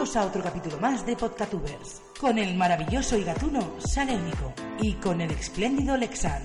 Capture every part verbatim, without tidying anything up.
Bienvenidos a otro capítulo más de Podcatubers, con el maravilloso y gatuno Salérmico y con el espléndido Lexan.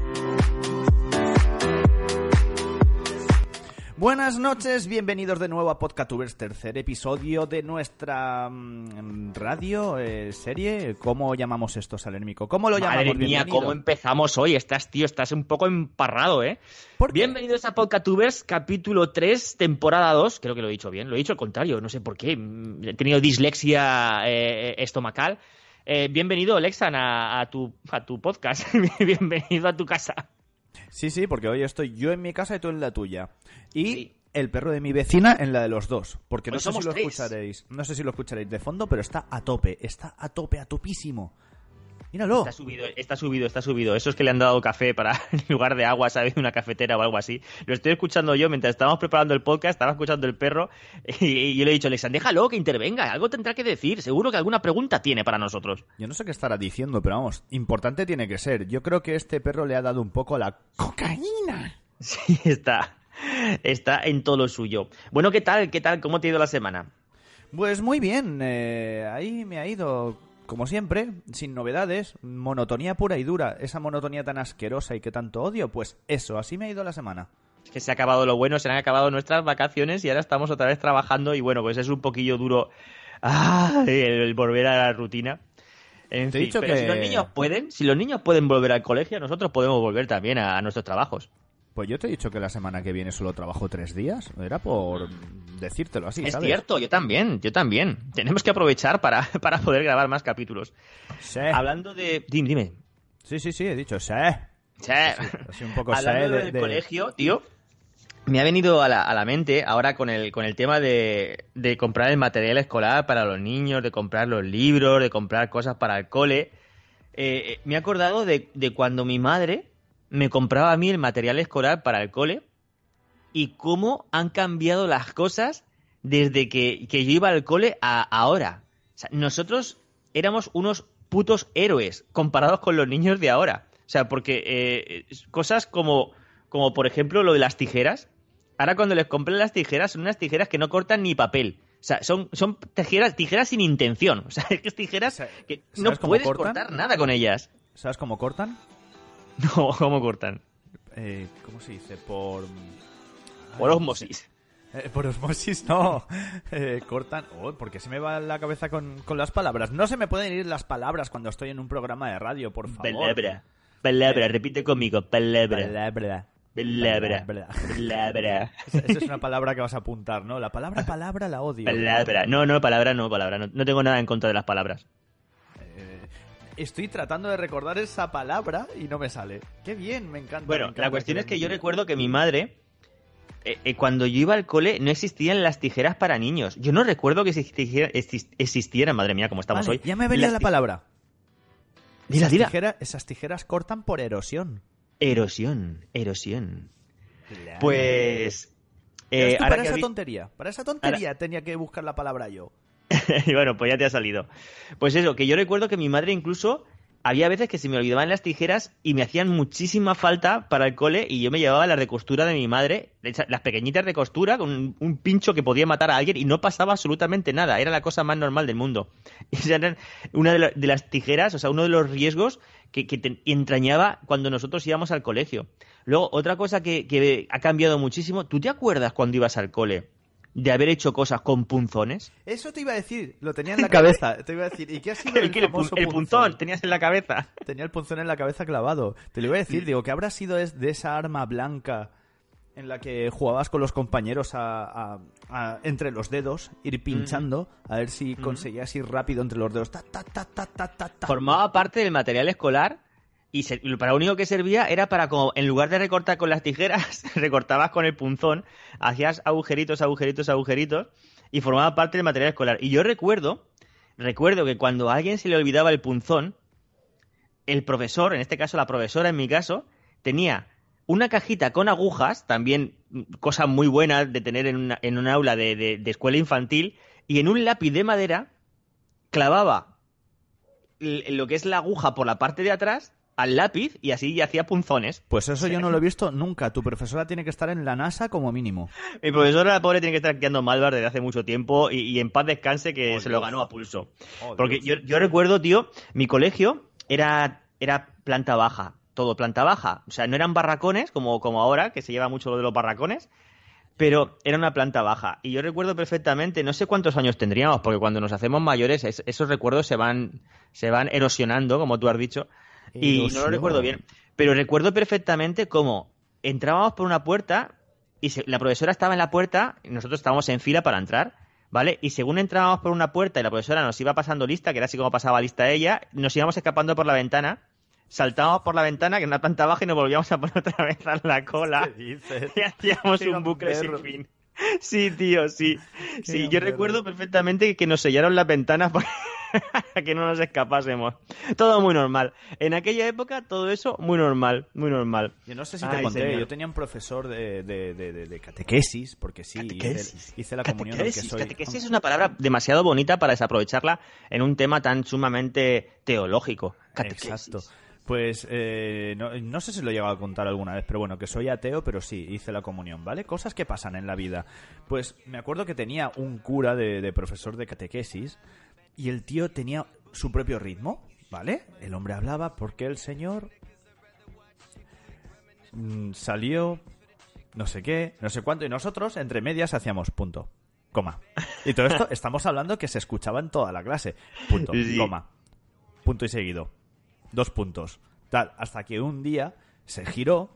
Buenas noches, bienvenidos de nuevo a Podcatubers, tercer episodio de nuestra mmm, radio, eh, serie. ¿Cómo llamamos esto, Salérmico? ¿Cómo lo llamamos? Madre mía, ¿cómo empezamos hoy? Estás, tío, estás un poco emparrado, ¿eh? ¿Por qué? Bienvenidos a Podcatubers, capítulo tres, temporada dos. Creo que lo he dicho bien, lo he dicho al contrario, no sé por qué. He tenido dislexia eh, estomacal. Eh, bienvenido, Lexan, a, a, tu, a tu podcast. Bienvenido a tu casa. Sí, sí, porque hoy estoy yo en mi casa y tú en la tuya. Y sí. El perro de mi vecina en la de los dos. Porque no Hoy sé si lo tres. escucharéis. No sé si lo escucharéis de fondo, pero está a tope. Está a tope, a topísimo. Míralo. Está subido, está subido, está subido. Eso es que le han dado café para, en lugar de agua, ¿sabes? Una cafetera o algo así. Lo estoy escuchando yo mientras estábamos preparando el podcast, estaba escuchando el perro y, y yo le he dicho, Alexan, déjalo que intervenga, algo tendrá que decir, seguro que alguna pregunta tiene para nosotros. Yo no sé qué estará diciendo, pero vamos, importante tiene que ser. Yo creo que este perro le ha dado un poco la cocaína. Sí, está, está en todo lo suyo. Bueno, ¿qué tal? ¿Qué tal? ¿Cómo te ha ido la semana? Pues muy bien, eh, ahí me ha ido... Como siempre, sin novedades, monotonía pura y dura. Esa monotonía tan asquerosa y que tanto odio, pues eso, así me ha ido la semana. Es que se ha acabado lo bueno, se han acabado nuestras vacaciones y ahora estamos otra vez trabajando y bueno, pues es un poquillo duro ah, el, el volver a la rutina. En Te fin, he dicho pero que... si los niños pueden, si los niños pueden volver al colegio, nosotros podemos volver también a, a nuestros trabajos. Pues yo te he dicho que la semana que viene solo trabajo tres días. Era por decírtelo así, Es ¿sabes? cierto, yo también, yo también. Tenemos que aprovechar para, para poder grabar más capítulos. Sí. Hablando de... Dime, dime. Sí, sí, sí, he dicho sí. Sí. Así, así un poco Hablando sí de, del de... colegio, tío, me ha venido a la, a la mente ahora con el, con el tema de, de comprar el material escolar para los niños, de comprar los libros, de comprar cosas para el cole. Eh, me he acordado de, de cuando mi madre me compraba a mí el material escolar para el cole y cómo han cambiado las cosas desde que, que yo iba al cole a ahora. O sea, nosotros éramos unos putos héroes comparados con los niños de ahora. O sea, porque eh, cosas como, como, por ejemplo, lo de las tijeras. Ahora cuando les compré las tijeras, son unas tijeras que no cortan ni papel. O sea, son, son tijeras, tijeras sin intención. O sea, es tijeras que no puedes cortan? cortar nada con ellas. ¿Sabes cómo cortan? No, ¿cómo cortan? Eh, ¿Cómo se dice? Por... Por osmosis. Eh, por osmosis, no. Eh, cortan... Oh, ¿por qué se me va la cabeza con, con las palabras? No se me pueden ir las palabras cuando estoy en un programa de radio, por favor. Palabra. Palabra, eh, repite conmigo. Palabra. Palabra. Palabra. Palabra. Esa es una palabra que vas a apuntar, ¿no? La palabra palabra la odio. Palabra. No, no, palabra no, palabra. No, no tengo nada en contra de las palabras. Estoy tratando de recordar esa palabra y no me sale. ¡Qué bien! Me encanta. Bueno, me encanta la cuestión que es que me yo diga. recuerdo que mi madre, eh, eh, cuando yo iba al cole, no existían las tijeras para niños. Yo no recuerdo que existiera, existieran, madre mía, como estamos Vale, hoy. ya me venía la palabra. Dila, esas, dila. Tijera, esas tijeras cortan por erosión. Erosión, erosión. Claro. Pues... Eh, Eh, tú, ahora para que esa habéis- tontería, para esa tontería Ahora- tenía que buscar la palabra yo. Y bueno, pues ya te ha salido. Pues eso, que yo recuerdo que mi madre incluso... Había veces que se me olvidaban las tijeras y me hacían muchísima falta para el cole y yo me llevaba las de costura de mi madre, las pequeñitas de costura, con un, un pincho que podía matar a alguien y no pasaba absolutamente nada. Era la cosa más normal del mundo. Y esa era una de, la, de las tijeras, o sea, uno de los riesgos que, que te entrañaba cuando nosotros íbamos al colegio. Luego, otra cosa que, que ha cambiado muchísimo, ¿tú te acuerdas cuando ibas al cole de haber hecho cosas con punzones? Eso te iba a decir, lo tenía en la cabeza. Te iba a decir, ¿y qué ha sido el, El, que- el, famoso pun- el punzón tenías en la cabeza. Tenía el punzón en la cabeza clavado. Te lo iba a decir, digo, ¿qué habrá sido es de esa arma blanca en la que jugabas con los compañeros a, a- a- entre los dedos, ir pinchando, a ver si conseguías ir rápido entre los dedos? Ta, ta, ta, ta, ta, ta, ta. Formaba parte del material escolar y se- y para lo único que servía era para, como en lugar de recortar con las tijeras, recortabas con el punzón, hacías agujeritos, agujeritos, agujeritos y formaba parte del material escolar. Y yo recuerdo, recuerdo que cuando a alguien se le olvidaba el punzón, el profesor, en este caso la profesora en mi caso, tenía una cajita con agujas, también cosa muy buena de tener en una, en un aula de, de, de escuela infantil, y en un lápiz de madera clavaba l- lo que es la aguja por la parte de atrás al lápiz y así hacía punzones. Pues eso yo no lo he visto nunca. Tu profesora tiene que estar en la NASA como mínimo. Mi profesora, la pobre, tiene que estar quedando Malvar desde hace mucho tiempo y, y en paz descanse que Oh, se Dios. lo ganó a pulso. Oh, Porque yo, Dios. yo recuerdo, tío, mi colegio era, era planta baja, todo planta baja. O sea, no eran barracones como, como ahora, que se lleva mucho lo de los barracones, pero era una planta baja. Y yo recuerdo perfectamente, no sé cuántos años tendríamos, porque cuando nos hacemos mayores es- esos recuerdos se van, se van erosionando, como tú has dicho, y no lo Erosión. recuerdo bien. Pero recuerdo perfectamente cómo entrábamos por una puerta y se- la profesora estaba en la puerta y nosotros estábamos en fila para entrar, ¿vale? Y según entrábamos por una puerta y la profesora nos iba pasando lista, que era así como pasaba lista ella, nos íbamos escapando por la ventana, saltábamos por la ventana, que era una planta baja, y nos volvíamos a poner otra vez a la cola. ¿Qué dices? Y hacíamos Qué un bucle sin gamberro. fin. Sí, tío, sí. Sí, yo gamberro. recuerdo perfectamente que nos sellaron las ventanas para que no nos escapásemos. Todo muy normal. En aquella época, todo eso muy normal, muy normal. Yo no sé si te Ay, conté, señor. yo tenía un profesor de, de, de, de- de catequesis, porque sí, Catequesis. Hice, hice la comunión, aunque Catequesis. soy... Catequesis es una palabra demasiado bonita para desaprovecharla en un tema tan sumamente teológico. Catequesis. Exacto. Pues eh, no, no sé si lo he llegado a contar alguna vez, pero bueno, que soy ateo, pero sí, hice la comunión, ¿vale? Cosas que pasan en la vida. Pues me acuerdo que tenía un cura de, de profesor de catequesis y el tío tenía su propio ritmo, ¿vale? El hombre hablaba porque el señor mm, salió, no sé qué, no sé cuánto, y nosotros entre medias hacíamos punto, coma. Y todo esto estamos hablando que se escuchaba en toda la clase. Punto, Sí. coma, punto y seguido. Dos puntos. Tal, hasta que un día se giró,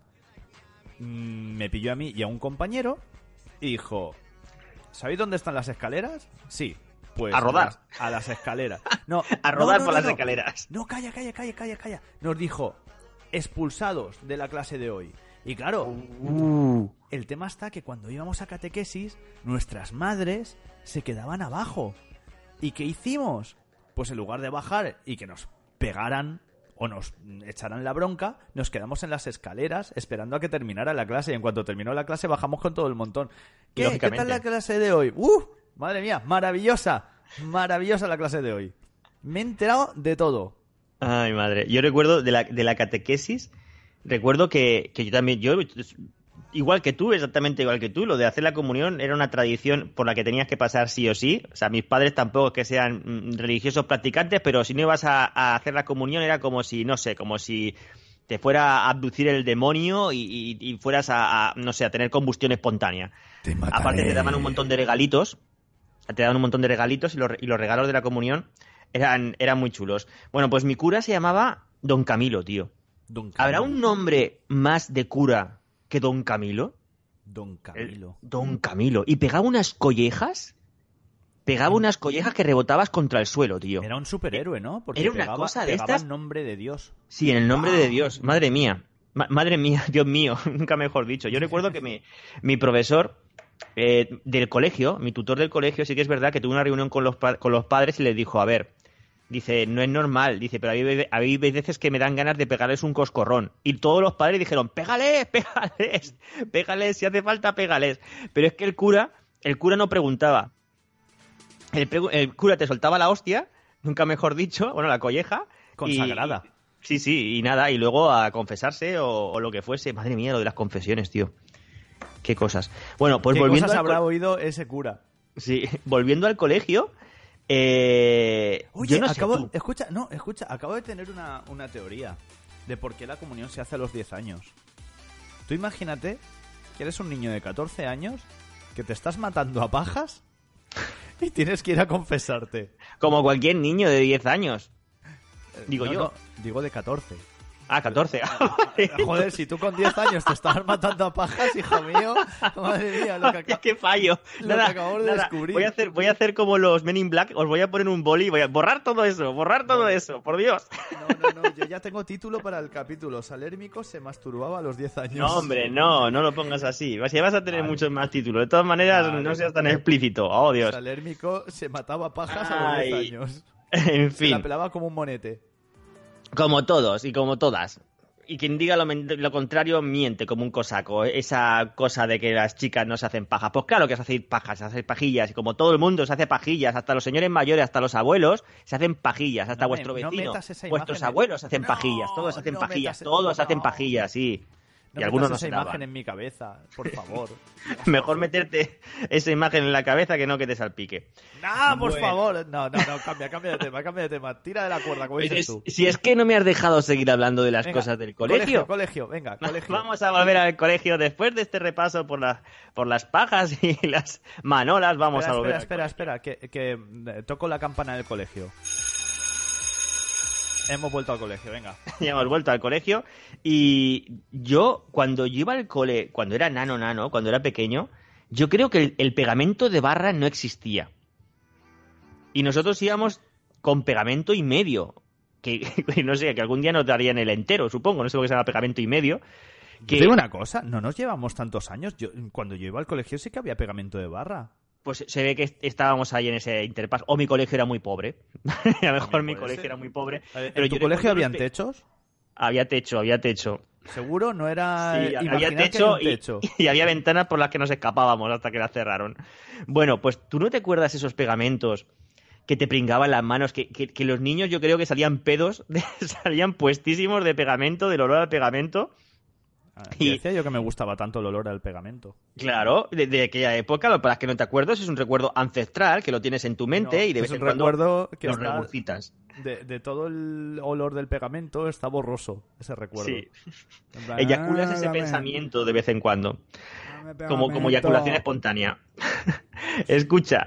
mm, me pilló a mí y a un compañero y dijo, ¿sabéis dónde están las escaleras? Sí. Pues A rodar. las- A las, escaleras. No, A no, rodar no, por no, las no. escaleras. No, calla, calla, calla, calla, calla. Nos dijo, expulsados de la clase de hoy. Y claro, Uh. el tema está que cuando íbamos a catequesis, nuestras madres se quedaban abajo. ¿Y qué hicimos? Pues en lugar de bajar y que nos pegaran o nos echaran la bronca, nos quedamos en las escaleras esperando a que terminara la clase. Y en cuanto terminó la clase, bajamos con todo el montón. ¿Qué, ¿Qué Lógicamente. tal la clase de hoy? ¡Uh! Madre mía, maravillosa. Maravillosa la clase de hoy. Me he enterado de todo. Ay, madre. Yo recuerdo de la, de la catequesis, recuerdo que, que yo también, yo, igual que tú, exactamente igual que tú, lo de hacer la comunión era una tradición por la que tenías que pasar sí o sí. O sea, mis padres tampoco es que sean mm, religiosos practicantes, pero si no ibas a, a hacer la comunión era como si, no sé, como si te fuera a abducir el demonio y, y- y fueras a, a, no sé, a tener combustión espontánea. Te mataré. Aparte te daban un montón de regalitos, te daban un montón de regalitos y los, y los regalos de la comunión eran, eran muy chulos. Bueno, pues mi cura se llamaba Don Camilo, tío. Don ¿Habrá Camilo. un nombre más de cura que Don Camilo? Don El- Camilo. Don Camilo. Y pegaba unas collejas, pegaba unas collejas que rebotabas contra el suelo, tío. Era un superhéroe, ¿no? Porque Era una pegaba, cosa de pegaba estas- en nombre de Dios. Sí, en el nombre de Dios. Madre mía. Ma- madre mía, Dios mío. Nunca mejor dicho. Yo recuerdo que mi, mi profesor eh, del colegio, mi tutor del colegio, sí que es verdad que tuvo una reunión con los, pa- con los padres y les dijo, a ver, dice, no es normal, dice, pero hay, ve- hay veces que me dan ganas de pegarles un coscorrón. Y todos los padres dijeron, pégales, pégales, pégales, si hace falta, pégales. Pero es que el cura, el cura no preguntaba. El, pregu- el cura te soltaba la hostia, nunca mejor dicho, bueno, la colleja. Consagrada. y- Sí, sí, y nada, y luego a confesarse o, o lo que fuese. Madre mía, lo de las confesiones, tío. Qué cosas. Bueno, pues ¿Qué volviendo cosas al, habrá co- oído ese cura? sí, volviendo al colegio, eh, Oye, yo no sé acabo... tú. Escucha, no, escucha, acabo de tener una, una teoría de por qué la comunión se hace a los diez años. Tú imagínate que eres un niño de catorce años que te estás matando a pajas y tienes que ir a confesarte. Como cualquier niño de diez años. Digo No, yo. no, digo de catorce. Ah, catorce. Joder, si tú con diez años te estabas matando a pajas, hijo mío, madre mía, lo que Hostia, acabo... qué fallo. lo Nada, que acabamos de nada. descubrir. Voy a hacer, voy a hacer como los Men in Black. Os voy a poner un boli y voy a borrar todo eso. Borrar todo eso, por Dios. No, no, no, yo ya tengo título para el capítulo. Salérmico se masturbaba a los diez años. No, hombre, no, no lo pongas así. Si vas a tener Vale. muchos más títulos. De todas maneras, Vale. no seas tan explícito. Oh, Dios. Salérmico se mataba a pajas a los diez Ay. años. En Se la fin, pelaba como un monete. como todos y como todas. Y quien diga lo, lo contrario miente como un cosaco. Esa cosa de que las chicas no se hacen pajas. Pues claro que se hacen pajas, se hacen pajillas. Y como todo el mundo se hace pajillas, hasta los señores mayores, hasta los abuelos, se hacen pajillas. Hasta no vuestro me, vecino, no vuestros imagen, abuelos se hacen no, pajillas. Todos hacen no pajillas, metas, todos no. hacen pajillas, sí. No y algunos no esa se imagen daban. en mi cabeza, por favor. Mejor meterte esa imagen en la cabeza que no que te salpique. No, por Bueno. favor. No, no, no, cambia, cambia de tema, cambia de tema. Tira de la cuerda, como dices Es- tú. si es que no me has dejado seguir hablando de las Venga, cosas del colegio. Colegio, colegio, venga, colegio. Vamos a volver al colegio después de este repaso por, la, por las pajas y las manolas. Vamos espera, a volver. espera, al espera, espera, que, que eh, toco la campana del colegio. Hemos vuelto al colegio, venga. Ya hemos vuelto al colegio y yo cuando yo iba al cole, cuando era nano nano, cuando era pequeño, yo creo que el, el pegamento de barra no existía. Y nosotros íbamos con pegamento y medio, que no sé, que algún día nos darían el entero, supongo, no sé por qué se llama pegamento y medio. Que, Te digo una cosa, no nos llevamos tantos años. Yo, cuando yo iba al colegio sí que había pegamento de barra. Pues se ve que estábamos ahí en ese interpaso. O mi colegio era muy pobre. A lo mejor También mi puede colegio ser. era muy pobre. ¿En Pero tu yo colegio recuerdo habían los pe- techos? Había techo, había techo. Seguro, no era. Sí, eh, había imaginar que techo, había un y, techo. y había ventanas por las que nos escapábamos hasta que las cerraron. Bueno, pues ¿tú no te acuerdas esos pegamentos que te pringaban las manos? Que, que, que los niños yo creo que salían pedos, de- salían puestísimos de pegamento, del olor al pegamento. Ah, y- y decía yo que me gustaba tanto el olor al pegamento. Claro, de, de aquella época, lo para que no te acuerdas, es un recuerdo ancestral que lo tienes en tu mente No, y de es vez un en cuando recuerdo que lo está- regurgitas. De, de todo el olor del pegamento está borroso ese recuerdo. Sí. En plan, Eyaculas "Ah, ese dame- pensamiento de vez en cuando. dame Como, como pegamento". eyaculación espontánea. Escucha,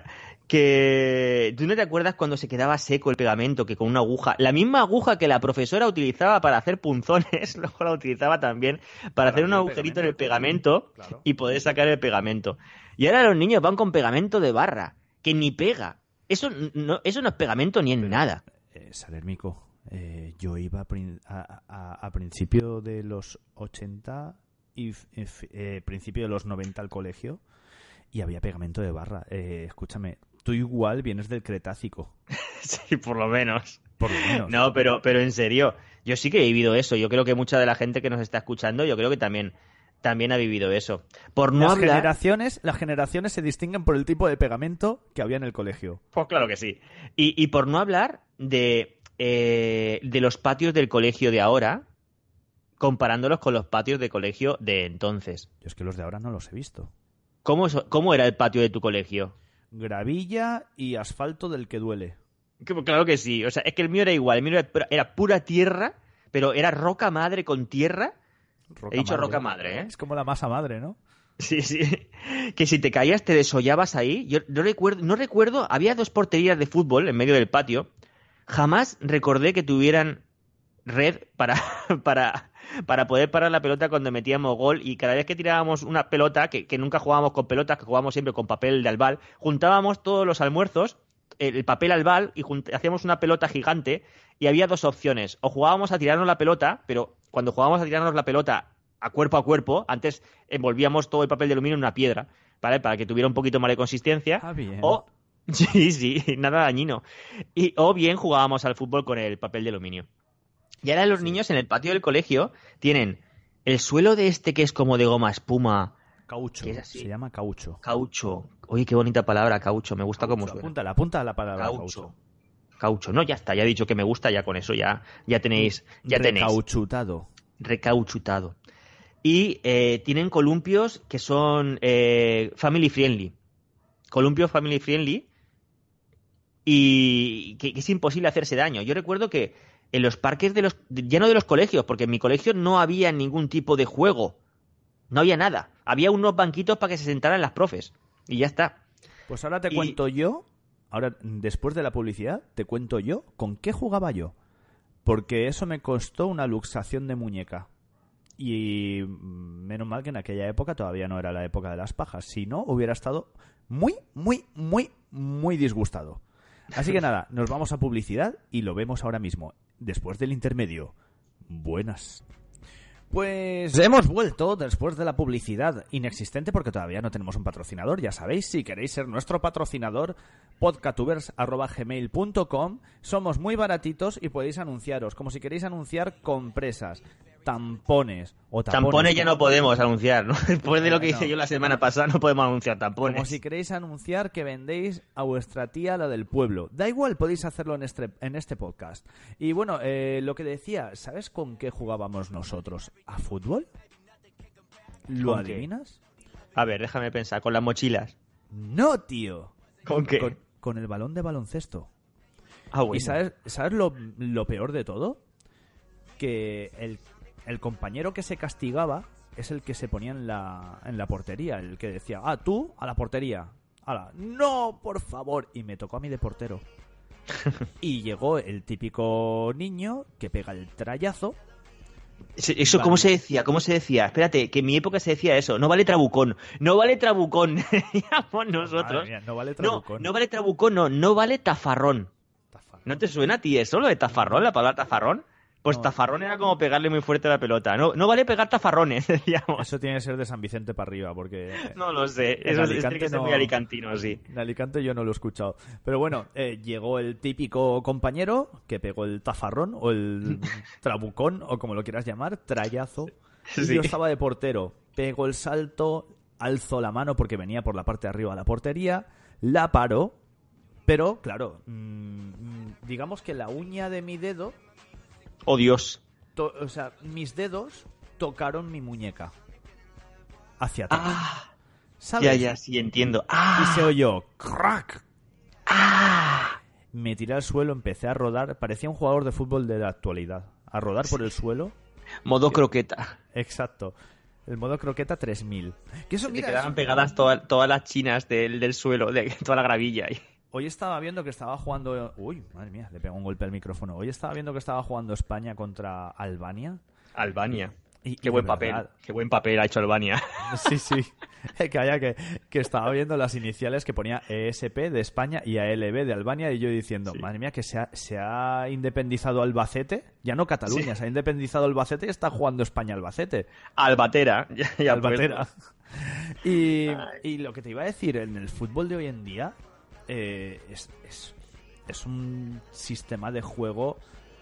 que tú no te acuerdas cuando se quedaba seco el pegamento, que con una aguja, la misma aguja que la profesora utilizaba para hacer punzones, luego la utilizaba también para, Para hacer un hacer agujerito en el pegamento Claro. y poder sacar el pegamento. Y ahora los niños van con pegamento de barra, que ni pega. Eso no, eso no es pegamento ni en nada. Eh, Salérmico, eh, yo iba a, prin- a, a- a principio de los ochenta y f- f- eh, principio de los noventa al colegio y había pegamento de barra. Eh, escúchame, tú igual vienes del Cretácico, Sí, por lo menos. por lo menos. No, pero, pero en serio, yo sí que he vivido eso. Yo creo que mucha de la gente que nos está escuchando, yo creo que también, también ha vivido eso. Por no las hablar... generaciones, las generaciones se distinguen por el tipo de pegamento que había en el colegio. Pues claro que sí. Y, y por no hablar de, eh, de los patios del colegio de ahora, comparándolos con los patios de colegio de entonces. Yo es que los de ahora no los he visto. ¿Cómo, so- cómo era el patio de tu colegio? Gravilla y asfalto del que duele. Que- Claro que sí. O sea, es que el mío era igual. El mío era, pura- era pura tierra, pero era roca madre con tierra. Roca He dicho madre. roca madre, ¿eh? Es como la masa madre, ¿no? Sí, sí. Que si te caías te desollabas ahí. Yo no recuerdo, no recuerdo, había dos porterías de fútbol en medio del patio. Jamás recordé que tuvieran red para, para, para poder parar la pelota cuando metíamos gol, y cada vez que tirábamos una pelota, que, que nunca jugábamos con pelotas, que jugábamos siempre con papel de albal, juntábamos todos los almuerzos, el, el papel albal, y junt- hacíamos una pelota gigante, y había dos opciones. O jugábamos a tirarnos la pelota, pero cuando jugábamos a tirarnos la pelota a cuerpo a cuerpo, antes envolvíamos todo el papel de aluminio en una piedra, ¿vale? Para que tuviera un poquito más de consistencia. Ah, bien. O, sí, sí, nada dañino. Y, o bien jugábamos al fútbol con el papel de aluminio. Y ahora los Sí. niños en el patio del colegio tienen el suelo de este que es como de goma espuma, Caucho. ¿Qué es así? Se llama caucho. caucho. Oye, qué bonita palabra, caucho. Me gusta cómo Caucho, suena. Apúntala, apunta la palabra Caucho. caucho. Caucho. No, ya está, ya he dicho que me gusta, ya con eso ya, ya tenéis, ya tenéis. Recauchutado. Recauchutado. Y eh, tienen columpios que son eh, family friendly. Columpios family friendly. Y que, que es imposible hacerse daño. Yo recuerdo que en los parques de los... ya no de los colegios, porque en mi colegio no había ningún tipo de juego. No había nada. Había unos banquitos para que se sentaran las profes. Y ya está. Pues ahora te Y- cuento yo, ahora después de la publicidad, te cuento yo con qué jugaba yo. Porque eso me costó una luxación de muñeca. Y mm, menos mal que en aquella época todavía no era la época de las pajas. Si no, hubiera estado muy, muy, muy, muy disgustado. Así que nada, nos vamos a publicidad y lo vemos ahora mismo, después del intermedio. Buenas. Pues hemos vuelto después de la publicidad inexistente porque todavía no tenemos un patrocinador. Ya sabéis, si queréis ser nuestro patrocinador, podcatubers arroba gmail punto com. Somos muy baratitos y podéis anunciaros, como si queréis anunciar compresas, tampones o tapones. Tampones ya no podemos anunciar, ¿no? Después de lo que No. hice yo la semana pasada no podemos anunciar tampones. Como si queréis anunciar que vendéis a vuestra tía, la del pueblo. Da igual, podéis hacerlo en este, en este podcast. Y bueno, eh, lo que decía, ¿sabes con qué jugábamos nosotros? ¿A fútbol? ¿Lo ¿Con qué? adivinas? A ver, déjame pensar, con las mochilas. No, tío. ¿Con qué? Con, con el balón de baloncesto. Ah, bueno. ¿Y sabes, sabes lo, lo peor de todo? Que el, el compañero que se castigaba es el que se ponía en la, en la portería. El que decía, ah, tú a la portería. Ala, no, por favor. Y me tocó a mí de portero. Y llegó el típico niño que pega el trayazo. Eso, ¿cómo se decía? ¿Cómo se decía? Espérate, que en mi época se decía eso. No vale trabucón. No vale trabucón. Decíamos nosotros. Madre mía, no vale No, trabucón. no vale trabucón, no. No vale tafarrón. Tafarrón. ¿No te suena a ti eso, lo de tafarrón, la palabra tafarrón? Pues No. tafarrón era como pegarle muy fuerte a la pelota. No, no vale pegar tafarrones, decíamos. Eso tiene que ser de San Vicente para arriba, porque... No lo sé. En Eso es- Alicante tiene que ser no- muy alicantino, sí. En Alicante yo no lo he escuchado. Pero bueno, eh, llegó el típico compañero que pegó el tafarrón o el trabucón o como lo quieras llamar, trayazo. Y Sí. yo estaba de portero. Pego el salto, alzo la mano porque venía por la parte de arriba de la portería, la paro, pero claro, mmm, digamos que la uña de mi dedo, Oh, Dios. to- o sea, mis dedos tocaron mi muñeca hacia atrás. Ah, ¿Sabes? ya, ya, sí, entiendo. Ah, Y se oyó crack. ah. Me tiré al suelo, empecé a rodar. Parecía un jugador de fútbol de la actualidad. A rodar por el suelo. Modo croqueta. Exacto. El modo croqueta tres mil. Que eso, Te mira, quedaban eso- pegadas toda- todas las chinas del, del suelo, de toda la gravilla ahí. Hoy estaba viendo que estaba jugando... Uy, madre mía, le pegó un golpe al micrófono. Hoy estaba viendo que estaba jugando España contra Albania. Albania. Y- Qué y buen de papel. verdad- Qué buen papel ha hecho Albania. Sí, sí. Que, haya que, que estaba viendo las iniciales que ponía E S P de España y A L B de Albania y yo diciendo, Sí. madre mía, que se ha, se ha independizado Albacete. Ya no Cataluña, Sí. se ha independizado Albacete y está jugando España-Albacete. Albatera. Ya, ya Albatera. puesto. Y, Ay. y lo que te iba a decir, en el fútbol de hoy en día eh, es, es, es un sistema de juego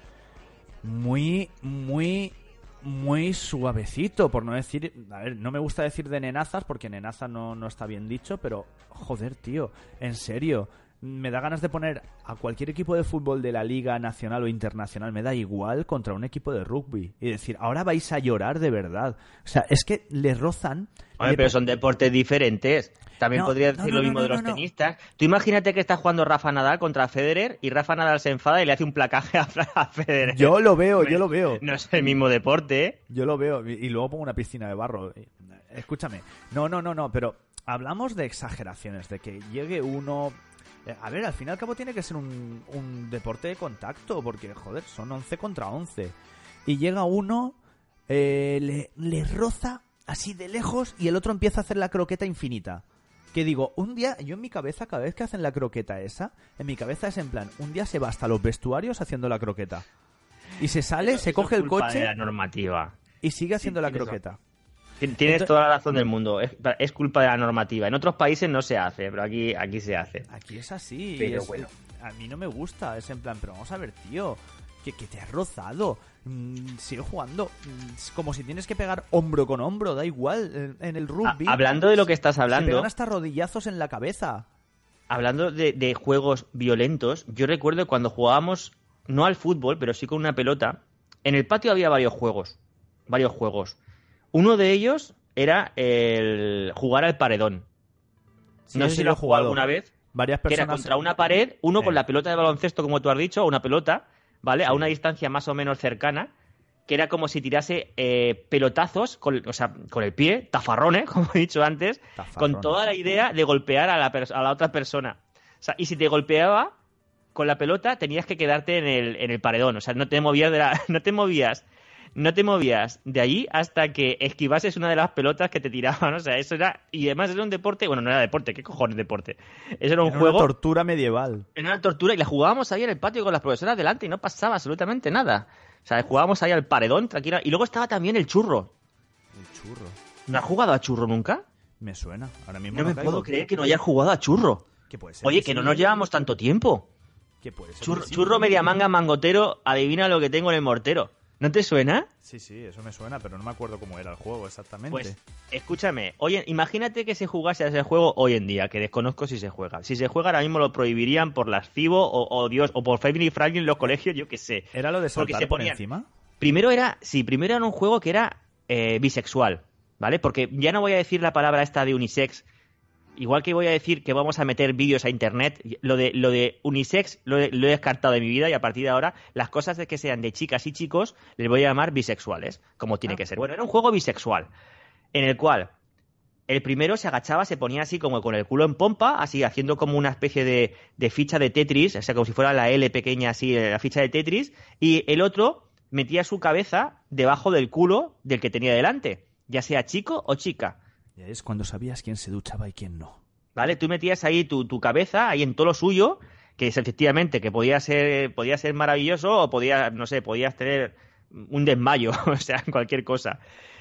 muy, muy, muy suavecito, por no decir... A ver, no me gusta decir de nenazas, porque nenaza no, no está bien dicho, pero joder, tío, en serio... Me da ganas de poner a cualquier equipo de fútbol de la Liga Nacional o Internacional, me da igual, contra un equipo de rugby. Y decir, ahora vais a llorar de verdad. O sea, es que le rozan... Hombre, le pero pa- son deportes diferentes. También No, podría no, decir no, lo no, mismo no, de los no, no. tenistas. Tú imagínate que está jugando Rafa Nadal contra Federer y Rafa Nadal se enfada y le hace un placaje a, Fra- a Federer. Yo lo veo, yo lo veo. No es el mismo deporte, ¿eh? Yo lo veo. Y y luego pongo una piscina de barro. Escúchame. No, no, no, no, pero hablamos de exageraciones, de que llegue uno... Eh, A ver, al fin y al cabo tiene que ser un, un deporte de contacto, porque, joder, son once contra once. Y llega uno, eh, le, le roza así de lejos y el otro empieza a hacer la croqueta infinita. Que digo, un día, yo en mi cabeza, cada vez que hacen la croqueta esa, en mi cabeza es en plan, un día se va hasta los vestuarios haciendo la croqueta. Y se sale, se Eso coge es el culpa coche de la normativa. y sigue haciendo la tienes croqueta. Tien- Tienes Entonces- toda la razón del mundo. Es, es culpa de la normativa. En otros países no se hace, pero aquí, aquí se hace. Aquí es así. Pero es- bueno. A mí no me gusta. Es en plan, pero vamos a ver, tío. Que, que te has rozado. Mm, sigue jugando. Mm, es como si tienes que pegar hombro con hombro. Da igual. En, en el rugby. A- hablando de lo que estás Se hablando, pegan hasta rodillazos en la cabeza. hablando de, de juegos violentos, yo recuerdo cuando jugábamos, no al fútbol, pero sí con una pelota, en el patio había varios juegos. Varios juegos. Uno de ellos era el jugar al paredón. Sí, no sé ese si yo lo he has jugado jugado. alguna vez. Varias Que era personas. contra una pared, uno Eh. con la pelota de baloncesto, como tú has dicho, o una pelota, ¿vale? A una distancia más o menos cercana, que era como si tirase eh, pelotazos, con, o sea, con el pie, tafarrones, como he dicho antes, Tafarrones. con toda la idea de golpear a la, pers- a la otra persona. O sea, y si te golpeaba con la pelota, tenías que quedarte en el, en el paredón. O sea, no te movías de la, no te movías, no te movías de allí hasta que esquivases una de las pelotas que te tiraban. O sea, eso era... Y además era un deporte... Bueno, no era deporte. ¿Qué cojones deporte? Eso era un Era juego... una tortura medieval. Era una tortura y la jugábamos ahí en el patio con las profesoras delante y no pasaba absolutamente nada. O sea, jugábamos ahí al paredón, tranquila. Y luego estaba también el churro. El churro. ¿No has jugado a churro nunca? Me suena. Ahora mismo No no me caigo. puedo creer que no hayas jugado a churro. Que puede ser Oye, que que no sí. nos llevamos tanto tiempo. Que puede ser Churro, que sí. churro media manga, mangotero, adivina lo que tengo en el mortero. ¿No te suena? Sí, sí, eso me suena, pero no me acuerdo cómo era el juego exactamente. Pues, escúchame, oye, imagínate que se jugase a ese juego hoy en día, que desconozco si se juega. Si se juega ahora mismo lo prohibirían por las FIBO o, o Dios, o por Family Friendly en los colegios, yo qué sé. ¿Era lo de saltar se por ponían... encima? Primero era, sí, primero era un juego que era eh, bisexual, ¿vale? Porque ya no voy a decir la palabra esta de unisex. Igual que voy a decir que vamos a meter vídeos a internet, lo de lo de unisex lo he, lo he descartado de mi vida y a partir de ahora las cosas de que sean de chicas y chicos les voy a llamar bisexuales, como tiene ah. que ser. Bueno, era un juego bisexual en el cual el primero se agachaba, se ponía así como con el culo en pompa, así haciendo como una especie de, de ficha de Tetris, o sea, como si fuera la L pequeña así, la ficha de Tetris, y el otro metía su cabeza debajo del culo del que tenía delante, ya sea chico o chica. Ya es cuando sabías quién se duchaba y quién no. Vale, tú metías ahí tu, tu cabeza, ahí en todo lo suyo, que es efectivamente que podía ser, podía ser maravilloso o podía, no sé, podías tener un desmayo, o sea, cualquier cosa.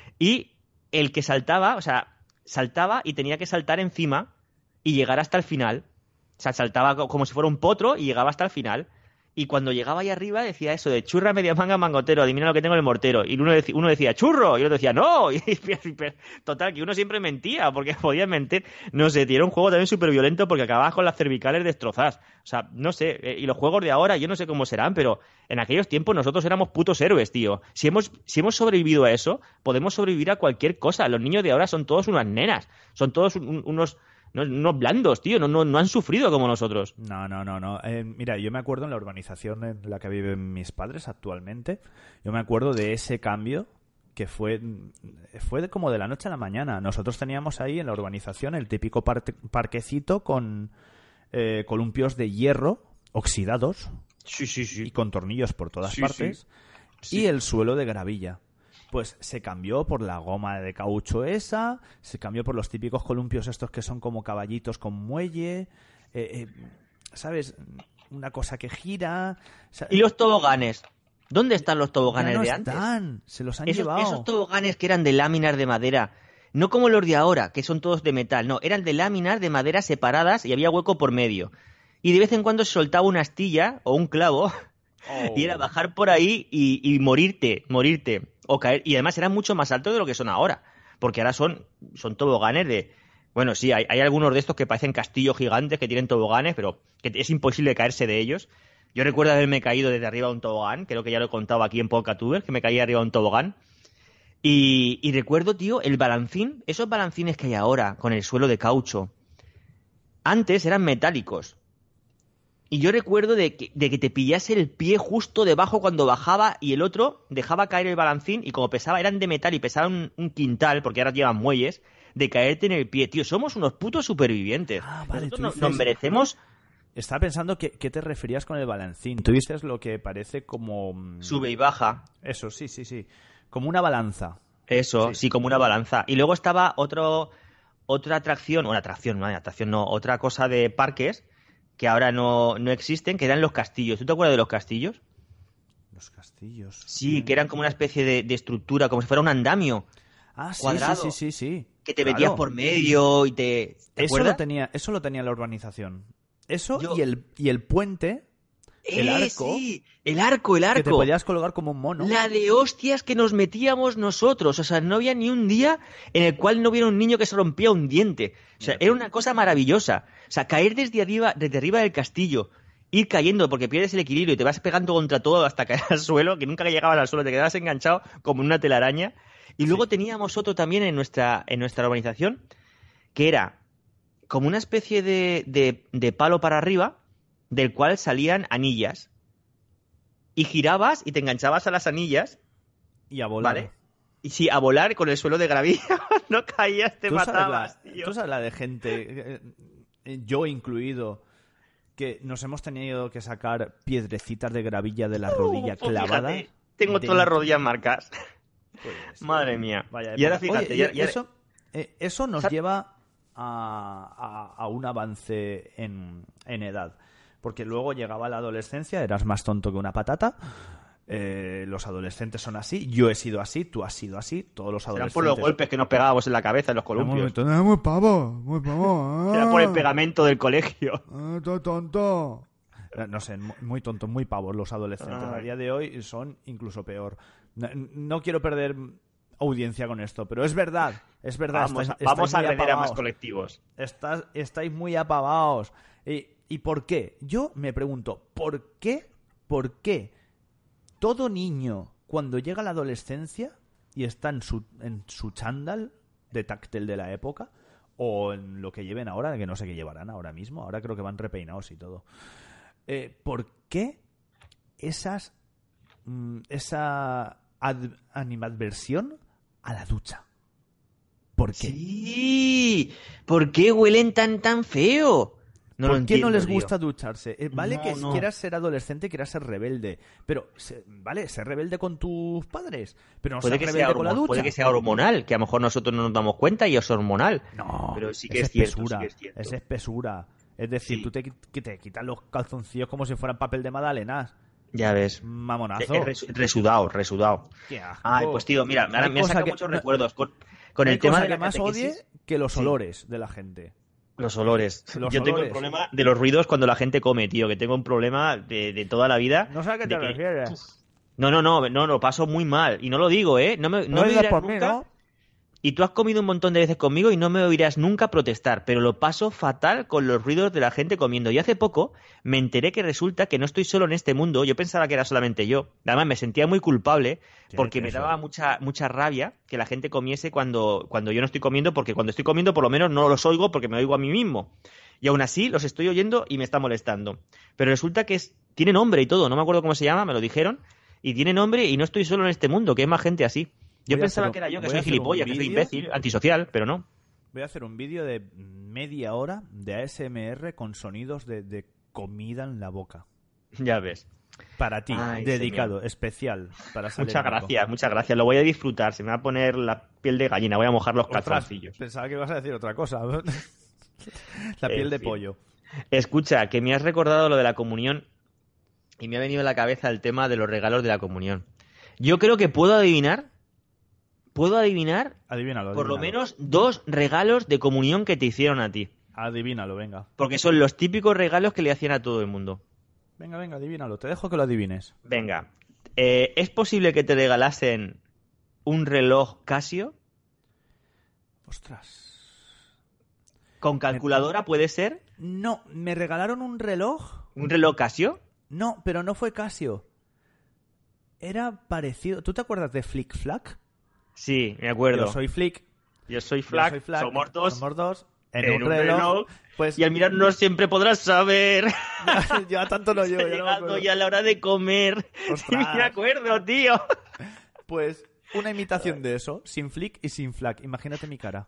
Y el que saltaba, o sea, saltaba y tenía que saltar encima y llegar hasta el final. O sea, saltaba como si fuera un potro y llegaba hasta el final. Y cuando llegaba ahí arriba decía eso de churra media manga mangotero, adivina lo que tengo en el mortero. Y uno decía, uno decía churro y el otro decía no. Y, total, que uno siempre mentía porque podía mentir. No sé, tío, era un juego también súper violento porque acababas con las cervicales destrozadas. O sea, no sé. Eh, y los juegos de ahora yo no sé cómo serán, pero en aquellos tiempos nosotros éramos putos héroes, tío. Si hemos, si hemos sobrevivido a eso, podemos sobrevivir a cualquier cosa. Los niños de ahora son todos unas nenas. Son todos un, unos... No, no blandos, tío, no, no, no han sufrido como nosotros. No, no, no, no. Eh, mira, yo me acuerdo en la urbanización en la que viven mis padres actualmente, yo me acuerdo de ese cambio que fue, fue de como de la noche a la mañana. Nosotros teníamos ahí en la urbanización el típico par- parquecito con eh, columpios de hierro oxidados sí, sí, sí. y con tornillos por todas sí, partes sí. y Sí. el suelo de gravilla. Pues se cambió por la goma de caucho esa, se cambió por los típicos columpios estos que son como caballitos con muelle, eh, eh, ¿sabes? Una cosa que gira. ¿Y los toboganes? ¿Dónde están los toboganes ya no de antes? Están, se los han esos, llevado. Esos toboganes que eran de láminas de madera, no como los de ahora, que son todos de metal, no, eran de láminas de madera separadas y había hueco por medio. Y de vez en cuando se soltaba una astilla o un clavo oh. y era bajar por ahí y, y morirte, morirte. O caer, y además eran mucho más altos de lo que son ahora, porque ahora son, son toboganes de... Bueno, sí, hay, hay algunos de estos que parecen castillos gigantes que tienen toboganes, pero que es imposible caerse de ellos. Yo recuerdo haberme caído desde arriba de un tobogán, creo que ya lo he contado aquí en Podcatubers, que me caí arriba de un tobogán. Y, y recuerdo, tío, el balancín, esos balancines que hay ahora con el suelo de caucho, antes eran metálicos. Y yo recuerdo de que, de que te pillase el pie justo debajo cuando bajaba y el otro dejaba caer el balancín y como pesaba, eran de metal y pesaban un, un quintal, porque ahora llevan muelles, de caerte en el pie. Tío, somos unos putos supervivientes. Ah, vale, Nosotros dices... nos, nos merecemos... Estaba pensando que, qué te referías con el balancín. Tú dices lo que parece como... Sube y baja. Eso, sí, sí, sí. Como una balanza. Eso, sí, sí como una balanza. Y luego estaba otro otra atracción, una atracción, no, atracción no, otra cosa de parques que ahora no, no existen, que eran los castillos. ¿Tú te acuerdas de los castillos? Los castillos. Sí, que eran como una especie de, de estructura, como si fuera un andamio. Ah, sí, cuadrado, sí, sí, sí, sí. Que te claro. metías por medio y te... ¿te eso acuerdas? lo tenía, eso lo tenía la urbanización. Eso Yo... y el y el puente, el eh, arco. Sí, el arco, el arco. Que te podías colgar como un mono. La de hostias que nos metíamos nosotros. O sea, no había ni un día en el cual no hubiera un niño que se rompía un diente. O sea, era una cosa maravillosa. O sea, caer desde arriba, desde arriba del castillo, ir cayendo porque pierdes el equilibrio y te vas pegando contra todo hasta caer al suelo, que nunca llegabas al suelo, te quedabas enganchado como en una telaraña. Y luego sí. teníamos otro también en nuestra, en nuestra urbanización, que era como una especie de, de, de palo para arriba, del cual salían anillas. Y girabas y te enganchabas a las anillas. Y a volar. ¿Vale? Y sí, a volar con el suelo de gravilla. No caías, te ¿Tú matabas, sabes la, tío. Tú sabes la de gente, yo incluido, que nos hemos tenido que sacar piedrecitas de gravilla de la rodilla uh, pues clavadas. Fíjate, tengo todas las rodillas marcadas. Pues, Madre mía. Vaya y ahora fíjate. Oye, ya, ya... Eso, eh, eso nos ¿sabes? lleva a, a, a un avance en, en edad. Porque luego llegaba la adolescencia, eras más tonto que una patata. Eh, los adolescentes son así, yo he sido así, tú has sido así, todos los adolescentes. Era por los golpes que nos pegábamos en la cabeza en los columpios. Era muy pavo, muy pavo. Era por el pegamento del colegio. Ah, todo tonto. No sé, muy tontos, muy pavos los adolescentes. Ay. A día de hoy son incluso peor. No, no quiero perder audiencia con esto, pero es verdad, es verdad. Vamos, estáis, vamos estáis a muy vender a más apagados. colectivos. Estás, estáis muy apagados. ¿Y, ¿Y por qué? Yo me pregunto, ¿por qué? ¿Por qué todo niño, cuando llega a la adolescencia y está en su, en su chándal de táctil de la época, o en lo que lleven ahora, que no sé qué llevarán ahora mismo, ahora creo que van repeinados y todo, eh, ¿por qué esas mm, esa ad- animadversión a la ducha? ¿Por qué? Sí, ¿por qué huelen tan tan feo? No lo ¿Por qué entiendo, no les tío. gusta ducharse? Eh, vale No, que no. quieras ser adolescente, quieras ser rebelde, pero se- vale, ser rebelde con tus padres, pero no Puede ser que, rebelde sea con la hormo- ducha. puede que sea hormonal, que a lo mejor nosotros no nos damos cuenta y es hormonal. No, pero sí que es es cierto, espesura, sí que es cierto. es espesura. Es decir, Sí. tú te, que te quitas los calzoncillos como si fueran papel de magdalenas. Ya ves. Mamonazo. Es res- resudado, resudado. Qué asco. Ay, pues tío, mira, No ahora hay me ha cosa sacado que- muchos no- recuerdos con, con No hay el tema cosa de que la más odie catequesis. que los Sí. olores de la gente. Los olores. Los Yo tengo el olores. problema de los ruidos cuando la gente come, tío, que tengo un problema de, de toda la vida. No sé a qué te de que- refieres. No, no, no, no, lo paso muy mal. Y no lo digo, ¿eh? No me, no me digas oirás por mí, nunca. ¿no? Y tú has comido un montón de veces conmigo y no me oirás nunca protestar, pero lo paso fatal con los ruidos de la gente comiendo. Y hace poco me enteré que resulta que no estoy solo en este mundo. Yo pensaba que era solamente yo. Además, me sentía muy culpable Sí, porque me eso. daba mucha mucha rabia que la gente comiese cuando, cuando yo no estoy comiendo, porque cuando estoy comiendo por lo menos no los oigo porque me oigo a mí mismo. Y aún así los estoy oyendo y me está molestando. Pero resulta que es, tiene nombre y todo. No me acuerdo cómo se llama, me lo dijeron. Y tiene nombre y no estoy solo en este mundo, que hay más gente así. Yo Voy a pensaba hacer un- que era yo, que voy a soy hacer un gilipollas, que soy vídeo. imbécil, antisocial, pero no. Voy a hacer un vídeo de media hora de A S M R con sonidos de, de comida en la boca. Ya ves. Para ti, Ay, dedicado, especial. Para Muchas Salénico. gracias, muchas gracias. Lo voy a disfrutar. Se me va a poner la piel de gallina. Voy a mojar los Ostras, calzoncillos. pensaba que ibas a decir otra cosa. La piel En de fin. pollo. Escucha, que me has recordado lo de la comunión y me ha venido a la cabeza el tema de los regalos de la comunión. Yo creo que puedo adivinar, puedo adivinar Adivínalo, por lo adivínalo. menos dos regalos de comunión que te hicieron a ti. Adivínalo, venga. Porque son los típicos regalos que le hacían a todo el mundo. Venga, venga, adivínalo. Te dejo que lo adivines. Venga, eh, ¿es posible que te regalasen un reloj Casio? Ostras. ¿Con calculadora puede ser? No, me regalaron un reloj. ¿Un reloj Casio? No, pero no fue Casio. Era parecido. ¿Tú te acuerdas de Flick Flack? Sí, me acuerdo. Yo soy Flick. Yo soy yo Flack, soy Flack, somos dos. Somos dos. En, en un reloj. Pues Y al mirarnos siempre podrás saber. yo a tanto no llevo. ya no me Llegando acuerdo. ya a la hora de comer. Ostras. Sí, me acuerdo, tío. Pues una imitación de eso, sin Flick y sin Flack. Imagínate mi cara.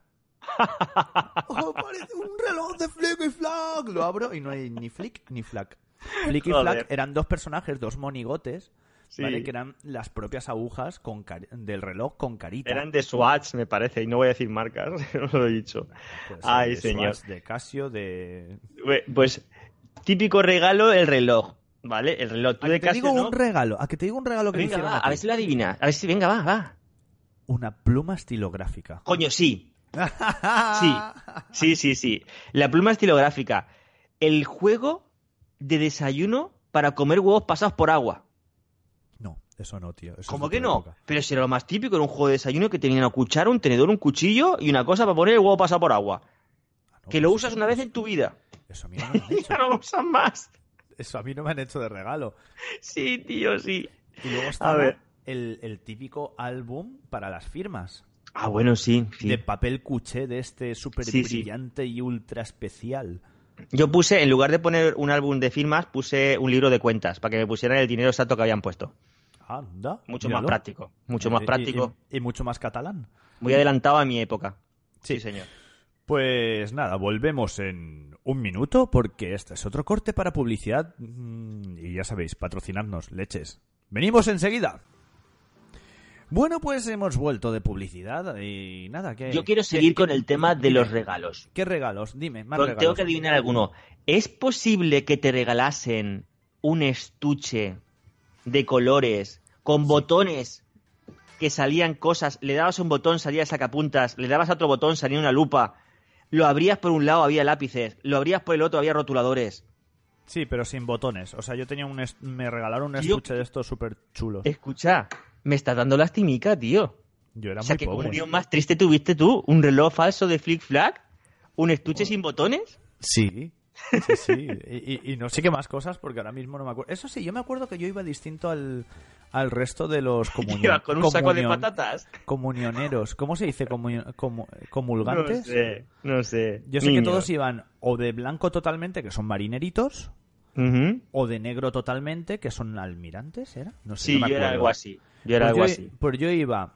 Oh, parece un reloj de Flick y Flack. Lo abro y no hay ni Flick ni Flack. Flick y Joder. Flack eran dos personajes, dos monigotes, Sí. ¿vale? Que eran las propias agujas con cari- del reloj con carita. Eran de Swatch, me parece, y no voy a decir marcas, no lo he dicho. Pues, Ay, de señor. Swatch, de Casio, de... Pues, típico regalo, el reloj, ¿vale? El reloj. Tú A de que te Casio, digo ¿no? un regalo, a que te digo un regalo que me Venga, hicieron va, a ti. a ver si lo adivinas. A ver si, venga, va, va. Una pluma estilográfica. Coño, sí. Sí, sí, sí, sí. La pluma estilográfica. El juego de desayuno para comer huevos pasados por agua. No, eso no, tío. Eso ¿Cómo es que otra no? época. Pero si era lo más típico, era un juego de desayuno que tenía una cuchara, un tenedor, un cuchillo y una cosa para poner el huevo pasado por agua. Ah, no, Que lo pues usas eso- una vez en tu vida. Eso a mí no me han Y hecho. ya no lo usas más. Eso a mí no me han hecho de regalo. Sí, tío, sí. Y luego A estaba ver. el, el típico álbum para las firmas. Ah, bueno, sí. sí. De papel cuché de este súper Sí, sí. brillante y ultra especial. Yo puse, en lugar de poner un álbum de firmas, puse un libro de cuentas para que me pusieran el dinero exacto que habían puesto. Anda, Mucho míralo. más práctico. Mucho más Y- práctico. Y, y mucho más catalán. Muy adelantado a mi época. Sí. Sí, señor. Pues nada, volvemos en un minuto porque este es otro corte para publicidad. Mm, Y ya sabéis, patrocinadnos, leches. Venimos enseguida. Bueno, pues hemos vuelto de publicidad y nada, que Yo quiero seguir con el tema de los regalos. ¿Qué regalos? Dime, más Pero regalos. tengo que adivinar alguno. ¿Es posible que te regalasen un estuche de colores con botones que salían cosas? Le dabas un botón, salía sacapuntas. Le dabas a otro botón, salía una lupa. Lo abrías por un lado, había lápices. Lo abrías por el otro, había rotuladores. Sí, pero sin botones. O sea, yo tenía un est- me regalaron un Tío, estuche de estos súper chulos. Escucha, Me estás dando lastimica, tío. Yo era O sea, muy ¿qué pobre. comunión más triste tuviste tú? ¿Un reloj falso de Flick Flag? ¿Un estuche sin botones? Sí, sí, sí. Y, y- y no sé qué más cosas porque ahora mismo no me acuerdo. Eso sí, yo me acuerdo que yo iba distinto al, al resto de los comunión, Ibas con un saco de comunión- patatas. comunioneros. ¿Cómo se dice? Comu- comu- ¿Comulgantes? No sé, no sé. Yo sé Niños. que todos iban o de blanco totalmente, que son marineritos, Ujú. o de negro totalmente, que son almirantes, ¿era? No sé, Sí, no me yo era acuerdo. algo así. Yo era Pues algo yo, así. pues yo iba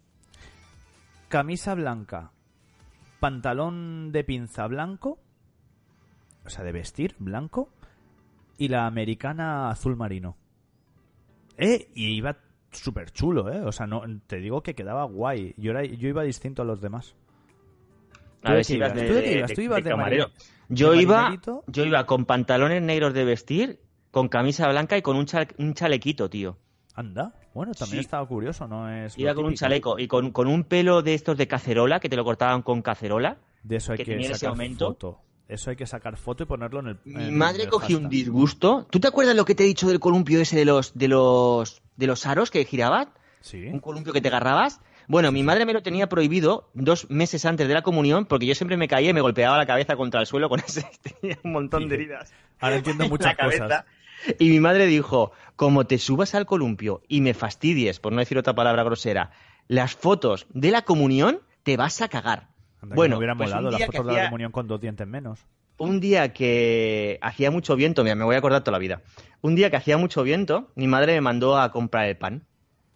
camisa blanca, pantalón de pinza blanco, o sea, de vestir blanco, y la americana azul marino. Eh, y iba súper chulo, ¿eh? O sea, no, te digo que quedaba guay. Yo, era, yo iba distinto a los demás. ¿Tú A de ver qué si ibas ibas? de, ¿Tú de qué de- ibas? de- ¿Tú ibas de de camarero. marine- Yo de iba, marinerito? yo iba con pantalones negros de vestir, con camisa blanca y con un, chale- un chalequito, tío. Anda, bueno, también Sí. estaba curioso, ¿no? Es Iba lo con un típico. chaleco y con, con un pelo de estos de cacerola, que te lo cortaban con cacerola. De eso hay que que, tenía en ese sacar momento. foto. Eso hay que sacar foto y ponerlo en el. Mi en madre el cogió un hashtag. disgusto. ¿Tú te acuerdas lo que te he dicho del columpio ese de los de los de los aros que giraban? Sí. Un columpio que te agarrabas. Bueno, mi madre me lo tenía prohibido dos meses antes de la comunión porque yo siempre me caía y me golpeaba la cabeza contra el suelo con ese. Tenía un montón de heridas. Ahora entiendo en muchas la cabeza. cosas. Y mi madre dijo, como te subas al columpio y me fastidies, por no decir otra palabra grosera, las fotos de la comunión, te vas a cagar. Anda, que Bueno, me hubiera pues un molado las día que fotos de la hacía- comunión con dos dientes menos. Un día que hacía mucho viento, mira, me voy a acordar toda la vida. Un día que hacía mucho viento, mi madre me mandó a comprar el pan.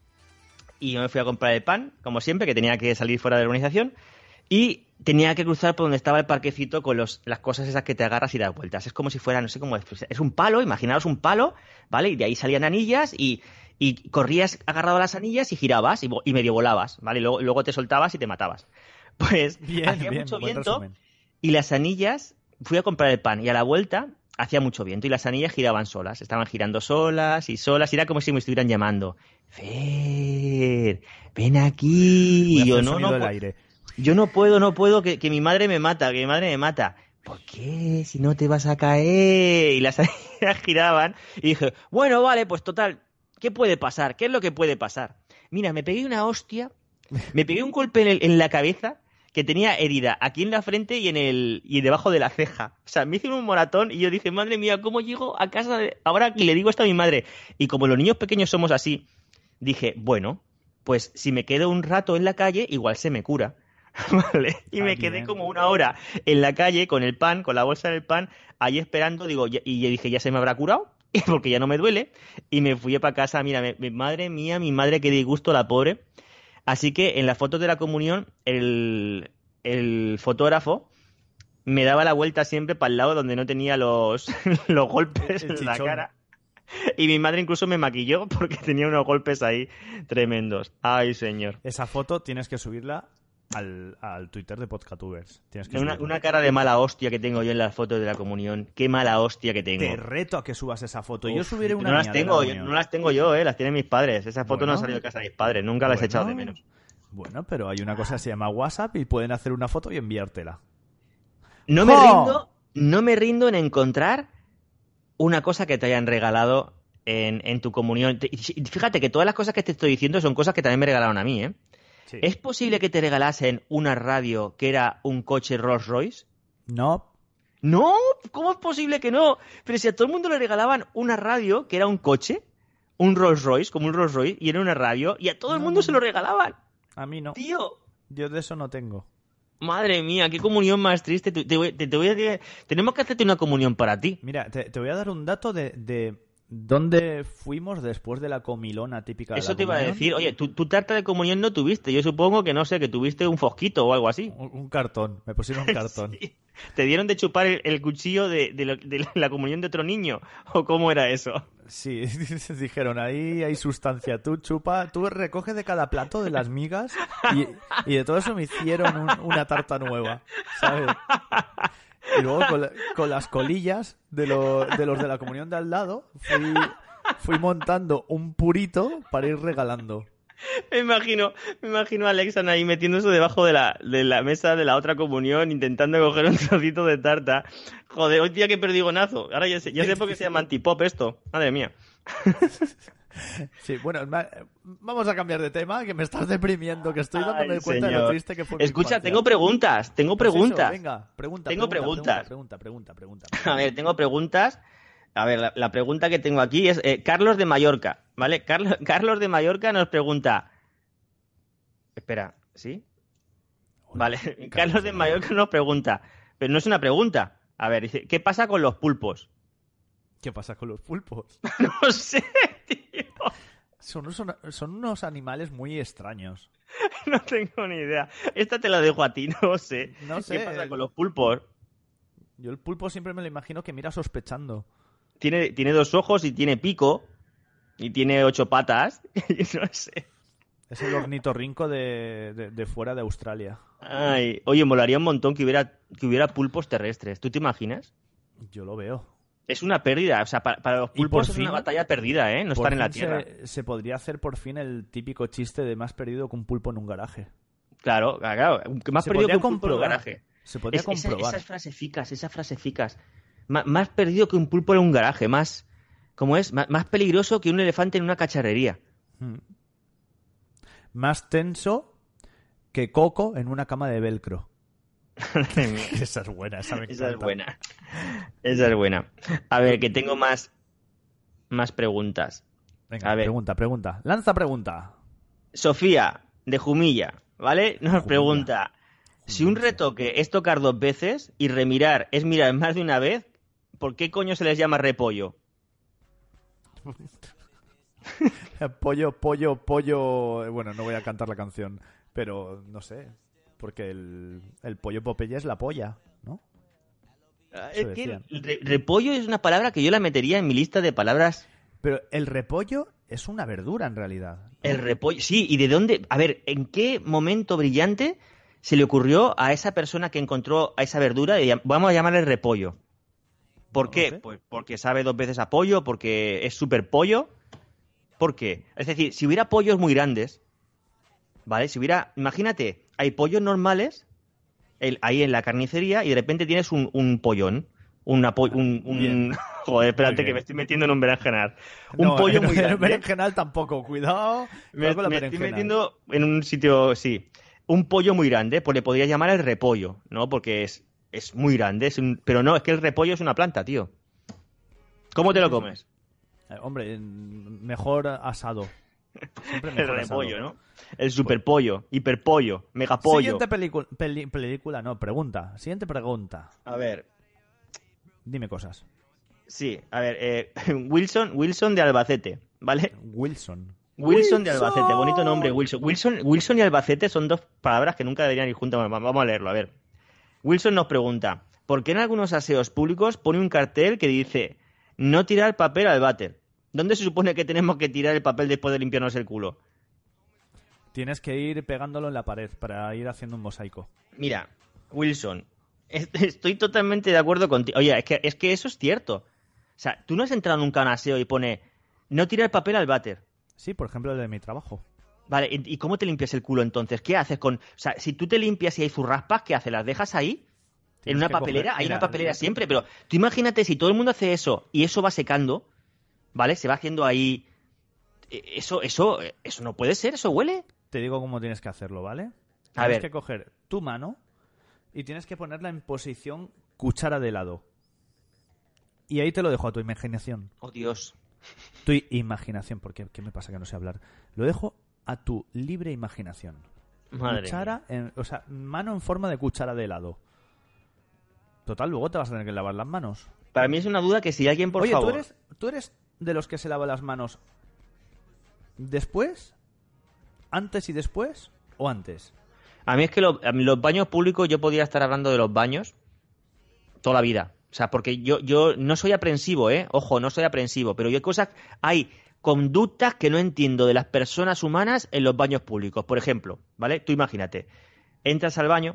Y yo me fui a comprar el pan, como siempre, que tenía que salir fuera de la urbanización. Y tenía que cruzar por donde estaba el parquecito con los, las cosas esas que te agarras y das vueltas. Es como si fuera, no sé cómo es. Es un palo, imaginaos un palo, ¿vale? Y de ahí salían anillas y, y corrías agarrado a las anillas y girabas y, vo- y medio volabas, ¿vale? Y luego, luego te soltabas y te matabas. Pues Bien, hacía bien, mucho buen viento resumen. y las anillas, fui a comprar el pan y a la vuelta hacía mucho viento y las anillas giraban solas. Estaban girando solas y solas y era como si me estuvieran llamando. Fer, ven aquí. Voy a Y yo hacer no, sonido no, del pu- aire. yo no puedo, no puedo, que, que mi madre me mata, que mi madre me mata. ¿Por qué? Si no te vas a caer. Y las anillas giraban y dije, bueno, vale, pues total, ¿qué puede pasar? ¿Qué es lo que puede pasar? Mira, me pegué una hostia, me pegué un golpe en, el- en la cabeza que tenía herida aquí en la frente y en el y debajo de la ceja. O sea, me hice un moratón y yo dije, madre mía, ¿cómo llego a casa de... ahora que le digo esto a mi madre? Y como los niños pequeños somos así, dije, bueno, pues si me quedo un rato en la calle, igual se me cura. ¿Vale? Y Ah, me quedé bien. como una hora en la calle con el pan, con la bolsa del pan, ahí esperando, digo, ya- y yo dije, ya se me habrá curado, porque ya no me duele, y me fui para casa, mira, me- me- madre mía, mi madre, qué disgusto, la pobre. Así que en las fotos de la comunión, el, el fotógrafo me daba la vuelta siempre para el lado donde no tenía los, los golpes El en la chichón. cara. Y mi madre incluso me maquilló porque tenía unos golpes ahí tremendos. Ay, señor. Esa foto tienes que subirla al, al Twitter de Podcatubers. Tienes que Una, subirla. una cara de mala hostia que tengo yo en las fotos de la comunión. Qué mala hostia que tengo. Te reto a que subas esa foto. Yo Uf, subiré una no las mía de la tengo, yo- comunión. no las tengo yo, eh, las tienen mis padres. Esas fotos no han Bueno. salido de casa de mis padres, nunca las he echado de Bueno, menos. Bueno, pero hay una cosa que se llama WhatsApp y pueden hacer una foto y enviártela. No me ¡Jo! rindo, no me rindo en encontrar una cosa que te hayan regalado en, en tu comunión. Te- y Fíjate que todas las cosas que te estoy diciendo son cosas que también me regalaron a mí, ¿eh? Sí. ¿Es posible que te regalasen una radio que era un coche Rolls Royce? No, No, ¿cómo es posible que no? Pero si a todo el mundo le regalaban una radio que era un coche, un Rolls Royce, como un Rolls Royce, y era una radio, y a todo el No, mundo no, se no. lo regalaban. a mí no. Tío, Yo de eso no tengo. madre mía, qué comunión más triste. Te, te voy, te- te voy a... Tenemos que hacerte una comunión para ti. Mira, te, te voy a dar un dato de, de dónde fuimos después de la comilona típica de Eso la te iba a comunión. decir. Oye, tu, tu tarta de comunión no tuviste. Yo supongo que, no sé, que tuviste un fosquito o algo así. Un, un cartón, me pusieron un cartón. Sí. ¿Te dieron de chupar el, el cuchillo de, de lo- de la comunión de otro niño? ¿O cómo era eso? Sí, dijeron, ahí hay sustancia, tú chupa, tú recoge de cada plato de las migas y, y de todo eso me hicieron un- una tarta nueva, ¿sabes? Y luego con, la- con las colillas de, lo- de los de la comunión de al lado fui, fui montando un purito para ir regalando. Me imagino, me imagino a Alexan ahí metiéndose debajo de la, de la mesa de la otra comunión, intentando coger un trocito de tarta. Joder, hoy día que perdí gonazo. Ahora ya sé, ya sé por qué se llama antipop esto. Madre mía. Sí, bueno, ma- vamos a cambiar de tema, que me estás deprimiendo, que estoy dándome Ay, cuenta de lo señor. triste que fue mi Escucha, infancia. tengo preguntas, tengo Pues eso, preguntas. venga, pregunta, Tengo pregunta, preguntas. Pregunta, pregunta, pregunta, pregunta. A ver, tengo preguntas. A ver, la, la pregunta que tengo aquí es eh, Carlos de Mallorca, ¿vale? Carlos, Carlos de Mallorca nos pregunta... Espera, ¿sí? Hola, Vale, Carlos de Mallorca nos pregunta, pero no es una pregunta. A ver, dice, ¿qué pasa con los pulpos? ¿Qué pasa con los pulpos? No sé, tío. Son, unos- son unos animales muy extraños. No tengo ni idea. Esta te la dejo a ti, no sé. No sé. ¿Qué pasa con los pulpos? Yo el pulpo siempre me lo imagino que mira sospechando. Tiene, tiene dos ojos y tiene pico. Y tiene ocho patas. Y no sé. Es el ornitorrinco de, de, de fuera de Australia. Ay, oye, molaría un montón que hubiera, que hubiera pulpos terrestres. ¿Tú te imaginas? Yo lo veo. Es una pérdida. O sea, para, para los Y por pulpos es fin- una batalla perdida, ¿eh? No Por estar en la fin tierra. Se, se podría hacer por fin el típico chiste de más perdido que un pulpo en un garaje. Claro, claro. Que más Se perdido que podría un pulpo en un comprobar. garaje. Se podría Es- esa- comprobar. esas frasecificas, esas frasecificas. Má- más perdido que un pulpo en un garaje. Más... ¿Cómo es? Má- más peligroso que un elefante en una cacharrería. Mm. Más tenso que Coco en una cama de velcro. Madre mía. Esa es buena, esa me encanta. Esa es buena. Esa es buena. A ver, que tengo más, más preguntas. Venga, A ver. pregunta, pregunta. Lanza pregunta. Sofía, de Jumilla, ¿vale? Nos Jumilla. pregunta, si un retoque es tocar dos veces y remirar es mirar más de una vez, ¿por qué coño se les llama repollo? Pollo, pollo, pollo... Bueno, no voy a cantar la canción, pero no sé. Porque el, el pollo Popeye es la polla, ¿no? Ah, Eso Es que decían. re- repollo es una palabra que yo la metería en mi lista de palabras. Pero el repollo es una verdura en realidad. El repollo, sí, ¿y de dónde? A ver, ¿en qué momento brillante se le ocurrió a esa persona que encontró a esa verdura de llam- vamos a llamarle repollo? ¿Por No lo qué? sé. Pues porque sabe dos veces a pollo, porque es súper pollo. ¿Por qué? Es decir, si hubiera pollos muy grandes, ¿vale? Si hubiera, imagínate, hay pollos normales el- ahí en la carnicería y de repente tienes un, un pollón. Una po- un, un- Bien. Joder, espérate Muy que bien. me estoy metiendo en un berenjenal. Un No, pollo en- muy en grande. el berenjenal tampoco, cuidado. Me, cuidado con la me estoy berenjena. metiendo en un sitio, sí. Un pollo muy grande, pues le podría llamar el repollo, ¿no? Porque es, es muy grande, es un- pero no, es que el repollo es una planta, tío. ¿Cómo te lo comes? Eh, hombre, en- mejor asado. Siempre El mejor repollo, asado. ¿no? El superpollo, hiperpollo, megapollo. Siguiente película, peli- película, no, pregunta. Siguiente pregunta. A ver, Dime cosas. sí, a ver, eh, Wilson, Wilson de Albacete, ¿vale? Wilson. Wilson de Albacete, bonito nombre, Wilson. Wilson. Wilson y Albacete son dos palabras que nunca deberían ir juntas. Bueno, vamos a leerlo, a ver. Wilson nos pregunta, ¿por qué en algunos aseos públicos pone un cartel que dice no tirar papel al váter? ¿Dónde se supone que tenemos que tirar el papel después de limpiarnos el culo? Tienes que ir pegándolo en la pared para ir haciendo un mosaico. Mira, Wilson, est- estoy totalmente de acuerdo contigo. Oye, es que, es que eso es cierto. O sea, tú no has entrado nunca a un aseo y pone no tirar papel al váter. Sí, por ejemplo, el de mi trabajo. Vale, ¿y y cómo te limpias el culo entonces? ¿Qué haces con...? O sea, si tú te limpias y hay zurraspas, ¿qué haces? ¿Las dejas ahí? ¿En Tienes una que papelera? coger- Hay mira, una papelera siempre, pero tú imagínate si todo el mundo hace eso y eso va secando, ¿vale? Se va haciendo ahí... Eh, Eso, eso, eh, eso no puede ser, eso huele. Te digo cómo tienes que hacerlo, ¿vale? A Tienes ver. que coger tu mano y tienes que ponerla en posición cuchara de lado. Y ahí te lo dejo a tu imaginación. Oh, Dios. Tu i- imaginación, porque ¿qué me pasa que no sé hablar? Lo dejo a tu libre imaginación. Madre Cuchara, en- o sea, mano en forma de cuchara de helado. Total, luego te vas a tener que lavar las manos. Para mí es una duda que si alguien, por Oye, favor... ¿tú eres, ¿tú eres de los que se lava las manos después, antes y después o antes? A mí es que lo- a mí los baños públicos, yo podría estar hablando de los baños toda la vida. O sea, porque yo, yo no soy aprensivo, ¿eh? Ojo, no soy aprensivo, pero yo hay cosas, hay conductas que no entiendo de las personas humanas en los baños públicos. Por ejemplo, ¿vale? Tú imagínate, entras al baño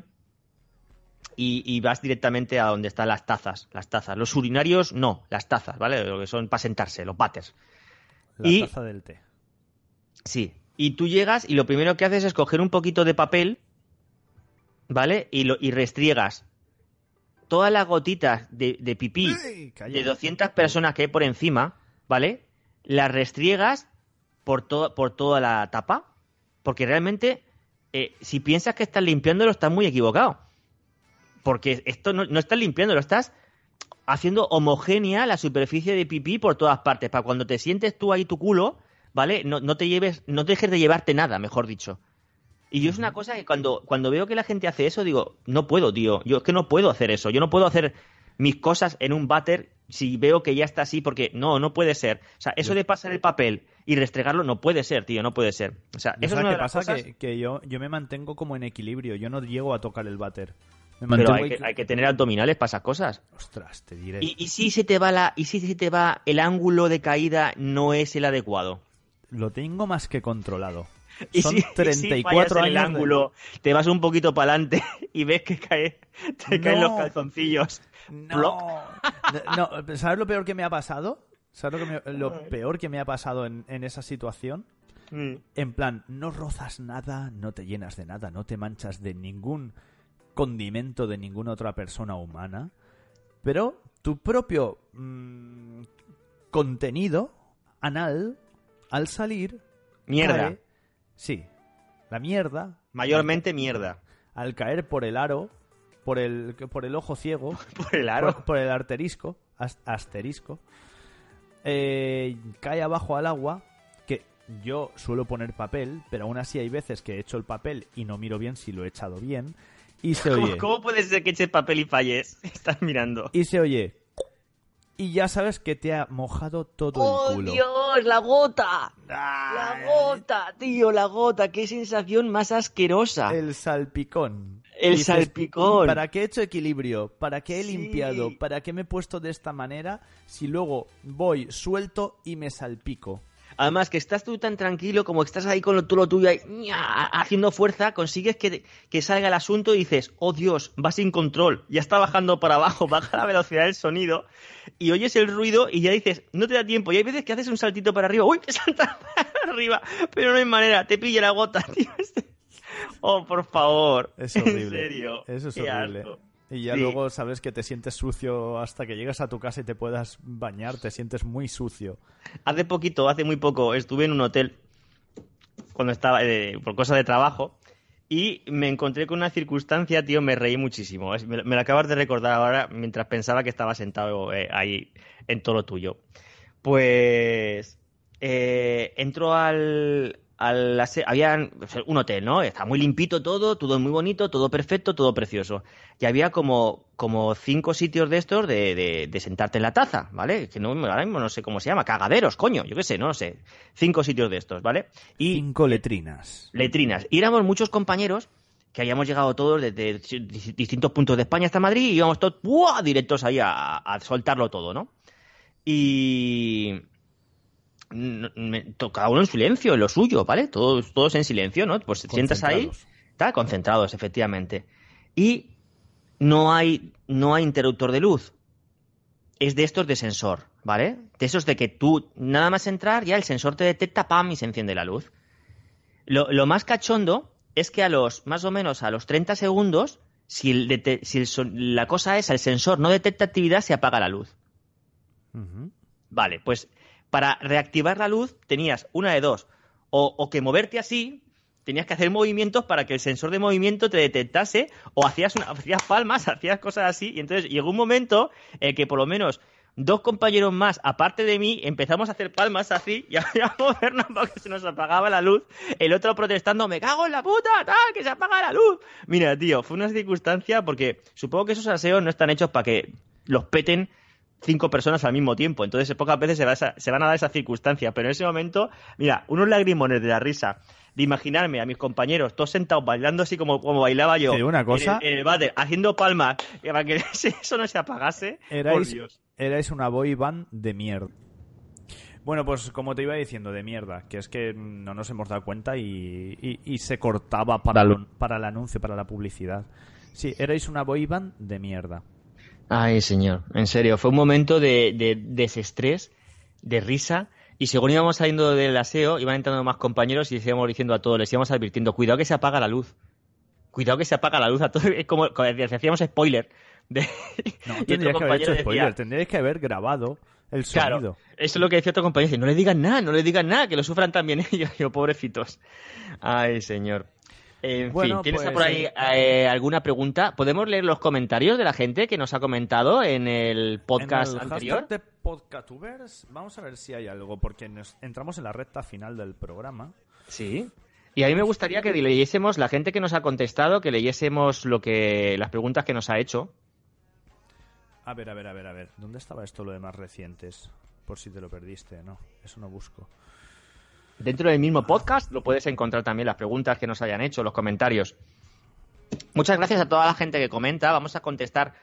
y, y vas directamente a donde están las tazas. Las tazas. Los urinarios, no, las tazas, ¿vale? Lo que son para sentarse, los váteres. La Y- taza del té. Sí. Y tú llegas y lo primero que haces es coger un poquito de papel, ¿vale? Y, lo, y restriegas todas las gotitas de, de pipí Ey, calla. de doscientas personas que hay por encima, ¿vale? Las restriegas por, todo, por toda la tapa, porque realmente, eh, si piensas que estás limpiándolo, estás muy equivocado. Porque esto no, no estás limpiándolo, estás haciendo homogénea la superficie de pipí por todas partes, para cuando te sientes tú ahí tu culo, ¿vale? No, no te lleves, no dejes de llevarte nada, mejor dicho. Y yo es una cosa que cuando, cuando veo que la gente hace eso, digo, no puedo, tío. Yo es que no puedo hacer eso. Yo no puedo hacer mis cosas en un váter si veo que ya está así, porque no, no puede ser. O sea, eso de pasar el papel y restregarlo no puede ser, tío, no puede ser. O sea, eso es una ¿Qué de las pasa? cosas... Que, que yo, yo me mantengo como en equilibrio. Yo no llego a tocar el váter. Me Pero mantengo hay que, hay que tener abdominales para esas cosas. Ostras, te diré. ¿Y, y si se te va la, y si se te va el ángulo de caída no es el adecuado? Lo tengo más que controlado. Y Son si, treinta y y si cuatro fallas en años. el de- ángulo, te vas un poquito para adelante y ves que cae, te caen No. los calzoncillos. No. no. ¿Sabes lo peor que me ha pasado? ¿Sabes lo, que me- lo peor que me ha pasado en, en esa situación? Mm. En plan, no rozas nada, no te llenas de nada, no te manchas de ningún condimento de ninguna otra persona humana, pero tu propio mm, contenido anal, al salir... Mierda. cae- sí, la mierda... Mayormente mierda. Al caer por el aro, por el, por el ojo ciego, Por el aro. por, por el arterisco, as- asterisco, eh, cae abajo al agua, que yo suelo poner papel, pero aún así hay veces que he hecho el papel y no miro bien si lo he echado bien, y se ¿Cómo, oye, cómo puede ser que eches papel y falles? Estás mirando. y se oye, y ya sabes que te ha mojado todo el culo. Dios! ¡La gota! ¡Ay! ¡La gota, tío! ¡La gota! ¡Qué sensación más asquerosa! El salpicón. El Dices, salpicón. ¿Para qué he hecho equilibrio? ¿Para qué he Sí. limpiado? ¿Para qué me he puesto de esta manera si luego voy suelto y me salpico? Además, que estás tú tan tranquilo como que estás ahí con lo, tú, lo tuyo, ahí, ¡ña! Haciendo fuerza, consigues que, que salga el asunto y dices, oh Dios, va sin control, ya está bajando para abajo, baja la velocidad del sonido y oyes el ruido y ya dices, no te da tiempo. Y hay veces que haces un saltito para arriba, uy, te saltas para arriba, pero no hay manera, te pilla la gota, tío. Oh, por favor. Es horrible. En serio. Eso es Qué horrible. asco. Y ya Sí. luego sabes que te sientes sucio hasta que llegas a tu casa y te puedas bañar, te sientes muy sucio. Hace poquito, hace muy poco, estuve en un hotel cuando estaba eh, por cosas de trabajo y me encontré con una circunstancia, tío, me reí muchísimo. Es- Me, me lo acabas de recordar ahora mientras pensaba que estaba sentado eh, ahí en todo lo tuyo. Pues eh, entro al, al ase- había un hotel, ¿no? Está muy limpito todo, todo muy bonito, todo perfecto, todo precioso. Y había como, como cinco sitios de estos de, de, de sentarte en la taza, ¿vale? Que no, ahora mismo no sé cómo se llama, cagaderos, coño, yo qué sé, no lo sé. Cinco sitios de estos, ¿vale? Y Cinco letrinas. letrinas. Y éramos muchos compañeros que habíamos llegado todos desde dis- distintos puntos de España hasta Madrid y íbamos todos ¡buah! Directos ahí a, a soltarlo todo, ¿no? Y n- me- to- cada uno en silencio, en lo suyo, ¿vale? Todos, todos en silencio, ¿no? Pues te sientas ahí, Concentrados. está concentrados, efectivamente. Y no hay, no hay interruptor de luz. Es de estos de sensor, ¿vale? De esos de que tú, nada más entrar, ya el sensor te detecta, pam, y se enciende la luz. Lo, lo más cachondo es que a los, más o menos a los treinta segundos, si, el dete- si el son- la cosa es, el sensor no detecta actividad, se apaga la luz. Ujú. Vale, pues para reactivar la luz tenías una de dos. O, o que moverte así, tenías que hacer movimientos para que el sensor de movimiento te detectase, o hacías, una, hacías palmas, hacías cosas así, y entonces llegó un momento en que por lo menos dos compañeros más, aparte de mí, empezamos a hacer palmas así y a a movernos porque se nos apagaba la luz. El otro protestando, me cago en la puta, tal, que se apaga la luz. Mira, tío, fue una circunstancia porque supongo que esos aseos no están hechos para que los peten cinco personas al mismo tiempo. Entonces, pocas veces se, va esa- se van a dar esas circunstancias. Pero en ese momento, mira, unos lagrimones de la risa, de imaginarme a mis compañeros todos sentados bailando así como, como bailaba yo. Te digo una cosa. En el, en el váter, haciendo palmas, y para que eso no se apagase. Por Erais, Dios. erais una boy band de mierda. Bueno, pues como te iba diciendo, de mierda, que es que no nos hemos dado cuenta y, y- y se cortaba para, lo- para el anuncio, para la publicidad. Sí, erais una boy band de mierda. Ay, señor, en serio, fue un momento de, de desestrés, de risa, y según íbamos saliendo del aseo, iban entrando más compañeros y les íbamos diciendo a todos, les íbamos advirtiendo, cuidado que se apaga la luz. Cuidado que se apaga la luz a todos. Es como como decía, hacíamos spoiler. De... No, y otro tendríais que haber hecho compañero spoiler, decía, tendríais que haber grabado el sonido. Claro, eso es lo que decía otro compañero. Dice, no le digan nada, no le digan nada, que lo sufran también ellos. Yo, pobrecitos. Ay, señor. En Bueno, fin, ¿tienes pues, por ahí eh, alguna pregunta? ¿Podemos leer los comentarios de la gente que nos ha comentado en el podcast en el anterior? hashtag de Podcatubers, vamos a ver si hay algo, porque nos entramos en la recta final del programa. Sí. Y a mí me gustaría que leyésemos, la gente que nos ha contestado, que leyésemos lo que las preguntas que nos ha hecho. A ver, a ver, a ver, a ver. ¿Dónde estaba esto lo de más recientes? Por si te lo perdiste, no, eso no busco. Dentro del mismo podcast lo puedes encontrar también las preguntas que nos hayan hecho, los comentarios. Muchas gracias a toda la gente que comenta. Vamos a contestar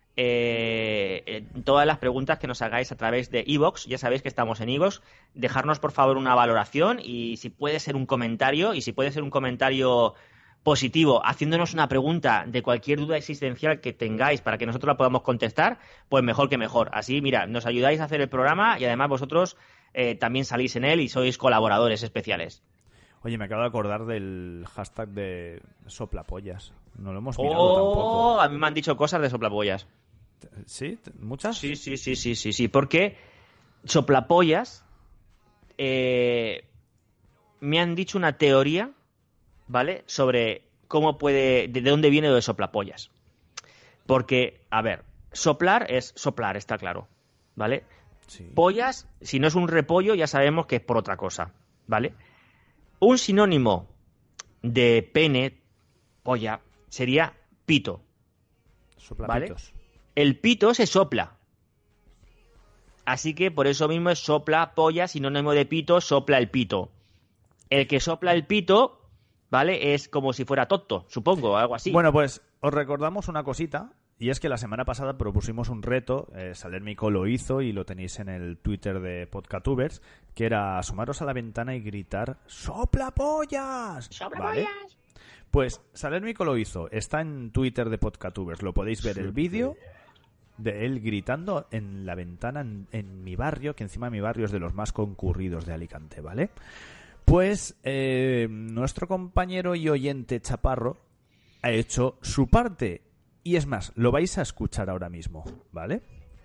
eh, todas las preguntas que nos hagáis a través de iVoox. Ya sabéis que estamos en iVoox. Dejarnos, por favor, una valoración y si puede ser un comentario, y si puede ser un comentario positivo, haciéndonos una pregunta de cualquier duda existencial que tengáis para que nosotros la podamos contestar, pues mejor que mejor. Así, mira, nos ayudáis a hacer el programa y además vosotros eh, también salís en él y sois colaboradores especiales. Oye, me acabo de acordar del hashtag de soplapollas. No lo hemos mirado Oh, tampoco. a mí me han dicho cosas de soplapollas. ¿Sí? ¿Muchas? Sí, sí, sí, sí, sí, sí, porque soplapollas eh, me han dicho una teoría, ¿vale? Sobre cómo puede, de dónde viene lo de soplapollas. Porque, a ver, soplar es soplar, está claro, ¿vale? Sí. Pollas, si no es un repollo, ya sabemos que es por otra cosa, ¿vale? Un sinónimo de pene, polla, sería pito. Soplapitos. ¿Vale? El pito se sopla. Así que por eso mismo es sopla polla, sinónimo de pito, sopla el pito. El que sopla el pito, ¿vale? Es como si fuera tonto, supongo, algo así. Bueno, pues os recordamos una cosita, y es que la semana pasada propusimos un reto, eh, Salermico lo hizo y lo tenéis en el Twitter de Podcatubers, que era asomaros a la ventana y gritar ¡Sopla pollas! ¡Sopla ¿Vale? pollas! Pues Salermico lo hizo, está en Twitter de Podcatubers, lo podéis ver el vídeo de él gritando en la ventana en, en mi barrio, que encima mi barrio es de los más concurridos de Alicante, ¿vale? Pues eh, nuestro compañero y oyente Chaparro ha hecho su parte. Y es más, lo vais a escuchar ahora mismo, ¿vale?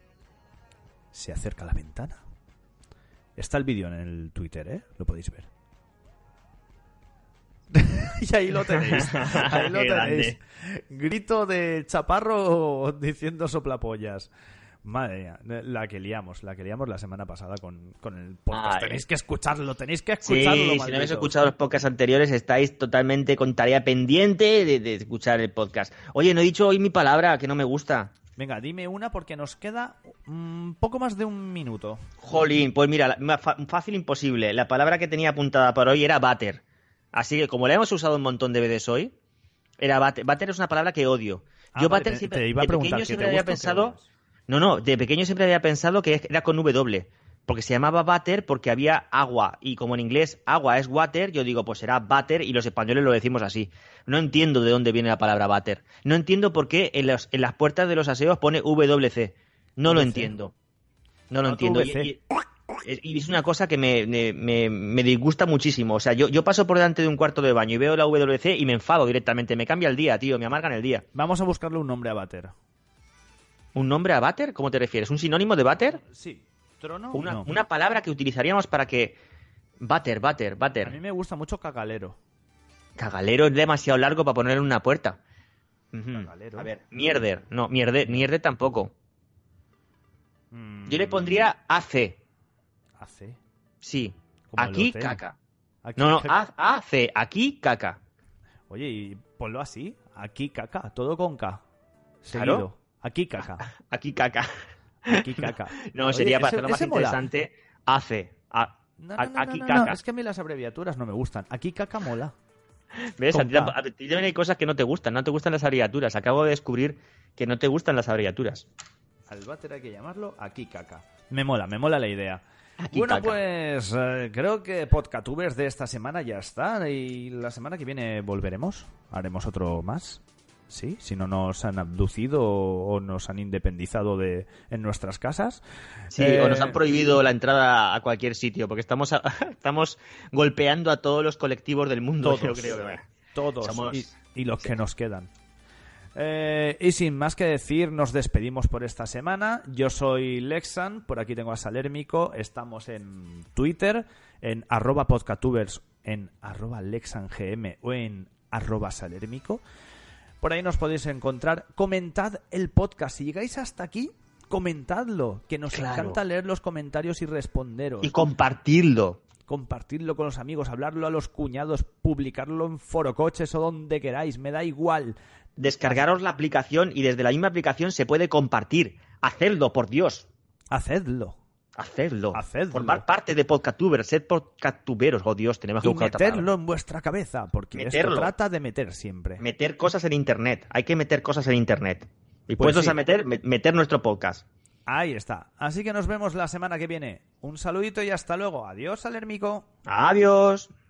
Se acerca a la ventana. Está el vídeo en el Twitter, ¿eh? Lo podéis ver. Y ahí lo tenéis. Ahí lo Qué tenéis. grande. Grito de Chaparro diciendo soplapollas. Madre mía, la que liamos, la que liamos la semana pasada con, con el podcast. Ay. Tenéis que escucharlo, tenéis que Sí, escucharlo. si no habéis malditos. escuchado los podcasts anteriores, estáis totalmente con tarea pendiente de, de escuchar el podcast. Oye, no he dicho hoy mi palabra, que no me gusta. Venga, dime una porque nos queda un poco más de un minuto. Jolín, pues mira, la- fa- fácil imposible. La palabra que tenía apuntada para hoy era váter. Así que como la hemos usado un montón de veces hoy, era váter. Váter es una palabra que odio. Ah, Yo vale, váter te- siempre, te iba a de preguntar, pequeño ¿qué siempre te había gusta o qué pensado... odias? No, no, de pequeño siempre había pensado que era con W. Porque se llamaba váter porque había agua. Y como en inglés agua es water, yo digo, pues será váter y los españoles lo decimos así. No entiendo de dónde viene la palabra váter. No entiendo por qué en, los- en las puertas de los aseos pone W C. No lo V C. entiendo. No lo Ah, entiendo. Y, V C. y- y es una cosa que me, me, me- me disgusta muchísimo. O sea, yo, yo paso por delante de un cuarto de baño y veo la W C y me enfado directamente. Me cambia el día, tío. Me amargan el día. Vamos a buscarle un nombre a Bater. ¿Un nombre a váter? ¿Cómo te refieres? ¿Un sinónimo de váter? Sí. ¿Trono? Una, No. una palabra que utilizaríamos para que... Váter, váter, A mí váter. me gusta mucho cagalero. Cagalero es demasiado largo para ponerle en una puerta. Ujú. Cagalero. A ver, mierder. No, mierder, mierder tampoco. Mm, Yo le pondría A C. Hace. Sí. Como el Aquí hotel. caca. Aquí No, no, caca. A C. Aquí caca. Oye, y ponlo así. Aquí caca. Todo con K. Claro. Seguido. Aquí caca. Aquí caca. Aquí caca. No, Oye, sería para ese- hacerlo más ese mola. interesante. A C. A- No, a- no, no, aquí no, no, caca. Es que a mí las abreviaturas no me gustan. Aquí caca mola. ¿Ves? A Con ti, K. tampoco- a ti también hay cosas que no te gustan. No te gustan las abreviaturas. Acabo de descubrir que no te gustan las abreviaturas. Al váter hay que llamarlo aquí caca. Me mola, me mola la idea. Aquí bueno, caca. pues eh, creo que Podcatubers de esta semana ya está. Y la semana que viene volveremos. Haremos otro más. Sí, si no nos han abducido o nos han independizado de en nuestras casas. Sí, Eh, o nos han prohibido la entrada a cualquier sitio, porque estamos a- estamos golpeando a todos los colectivos del mundo, Todos. yo creo. que- Todos. Somos- Y, y los que nos quedan. Eh, y sin más que decir, nos despedimos por esta semana. Yo soy Lexan, por aquí tengo a Salérmico. Estamos en Twitter, en arroba podcatubers, en arroba lexangm o en arroba salérmico. Por ahí nos podéis encontrar. Comentad el podcast. Si llegáis hasta aquí, comentadlo, que nos Claro. encanta leer los comentarios y responderos. Y compartirlo. Compartirlo con los amigos, hablarlo a los cuñados, publicarlo en Forocoches o donde queráis, me da igual. Descargaros la aplicación y desde la misma aplicación se puede compartir. Hacedlo, por Dios. Hacedlo. Hacedlo. Hacedlo. Formar parte de Podcatubers, ser podcatuberos. Oh, Dios, tenemos que Y buscar otra palabra. meterlo en vuestra cabeza, porque Meterlo. esto trata de meter siempre. Meter cosas en Internet. Hay que meter cosas en Internet. Y Pues puestos sí. a meter, me- meter nuestro podcast. Ahí está. Así que nos vemos la semana que viene. Un saludito y hasta luego. Adiós, Salérmico. Adiós.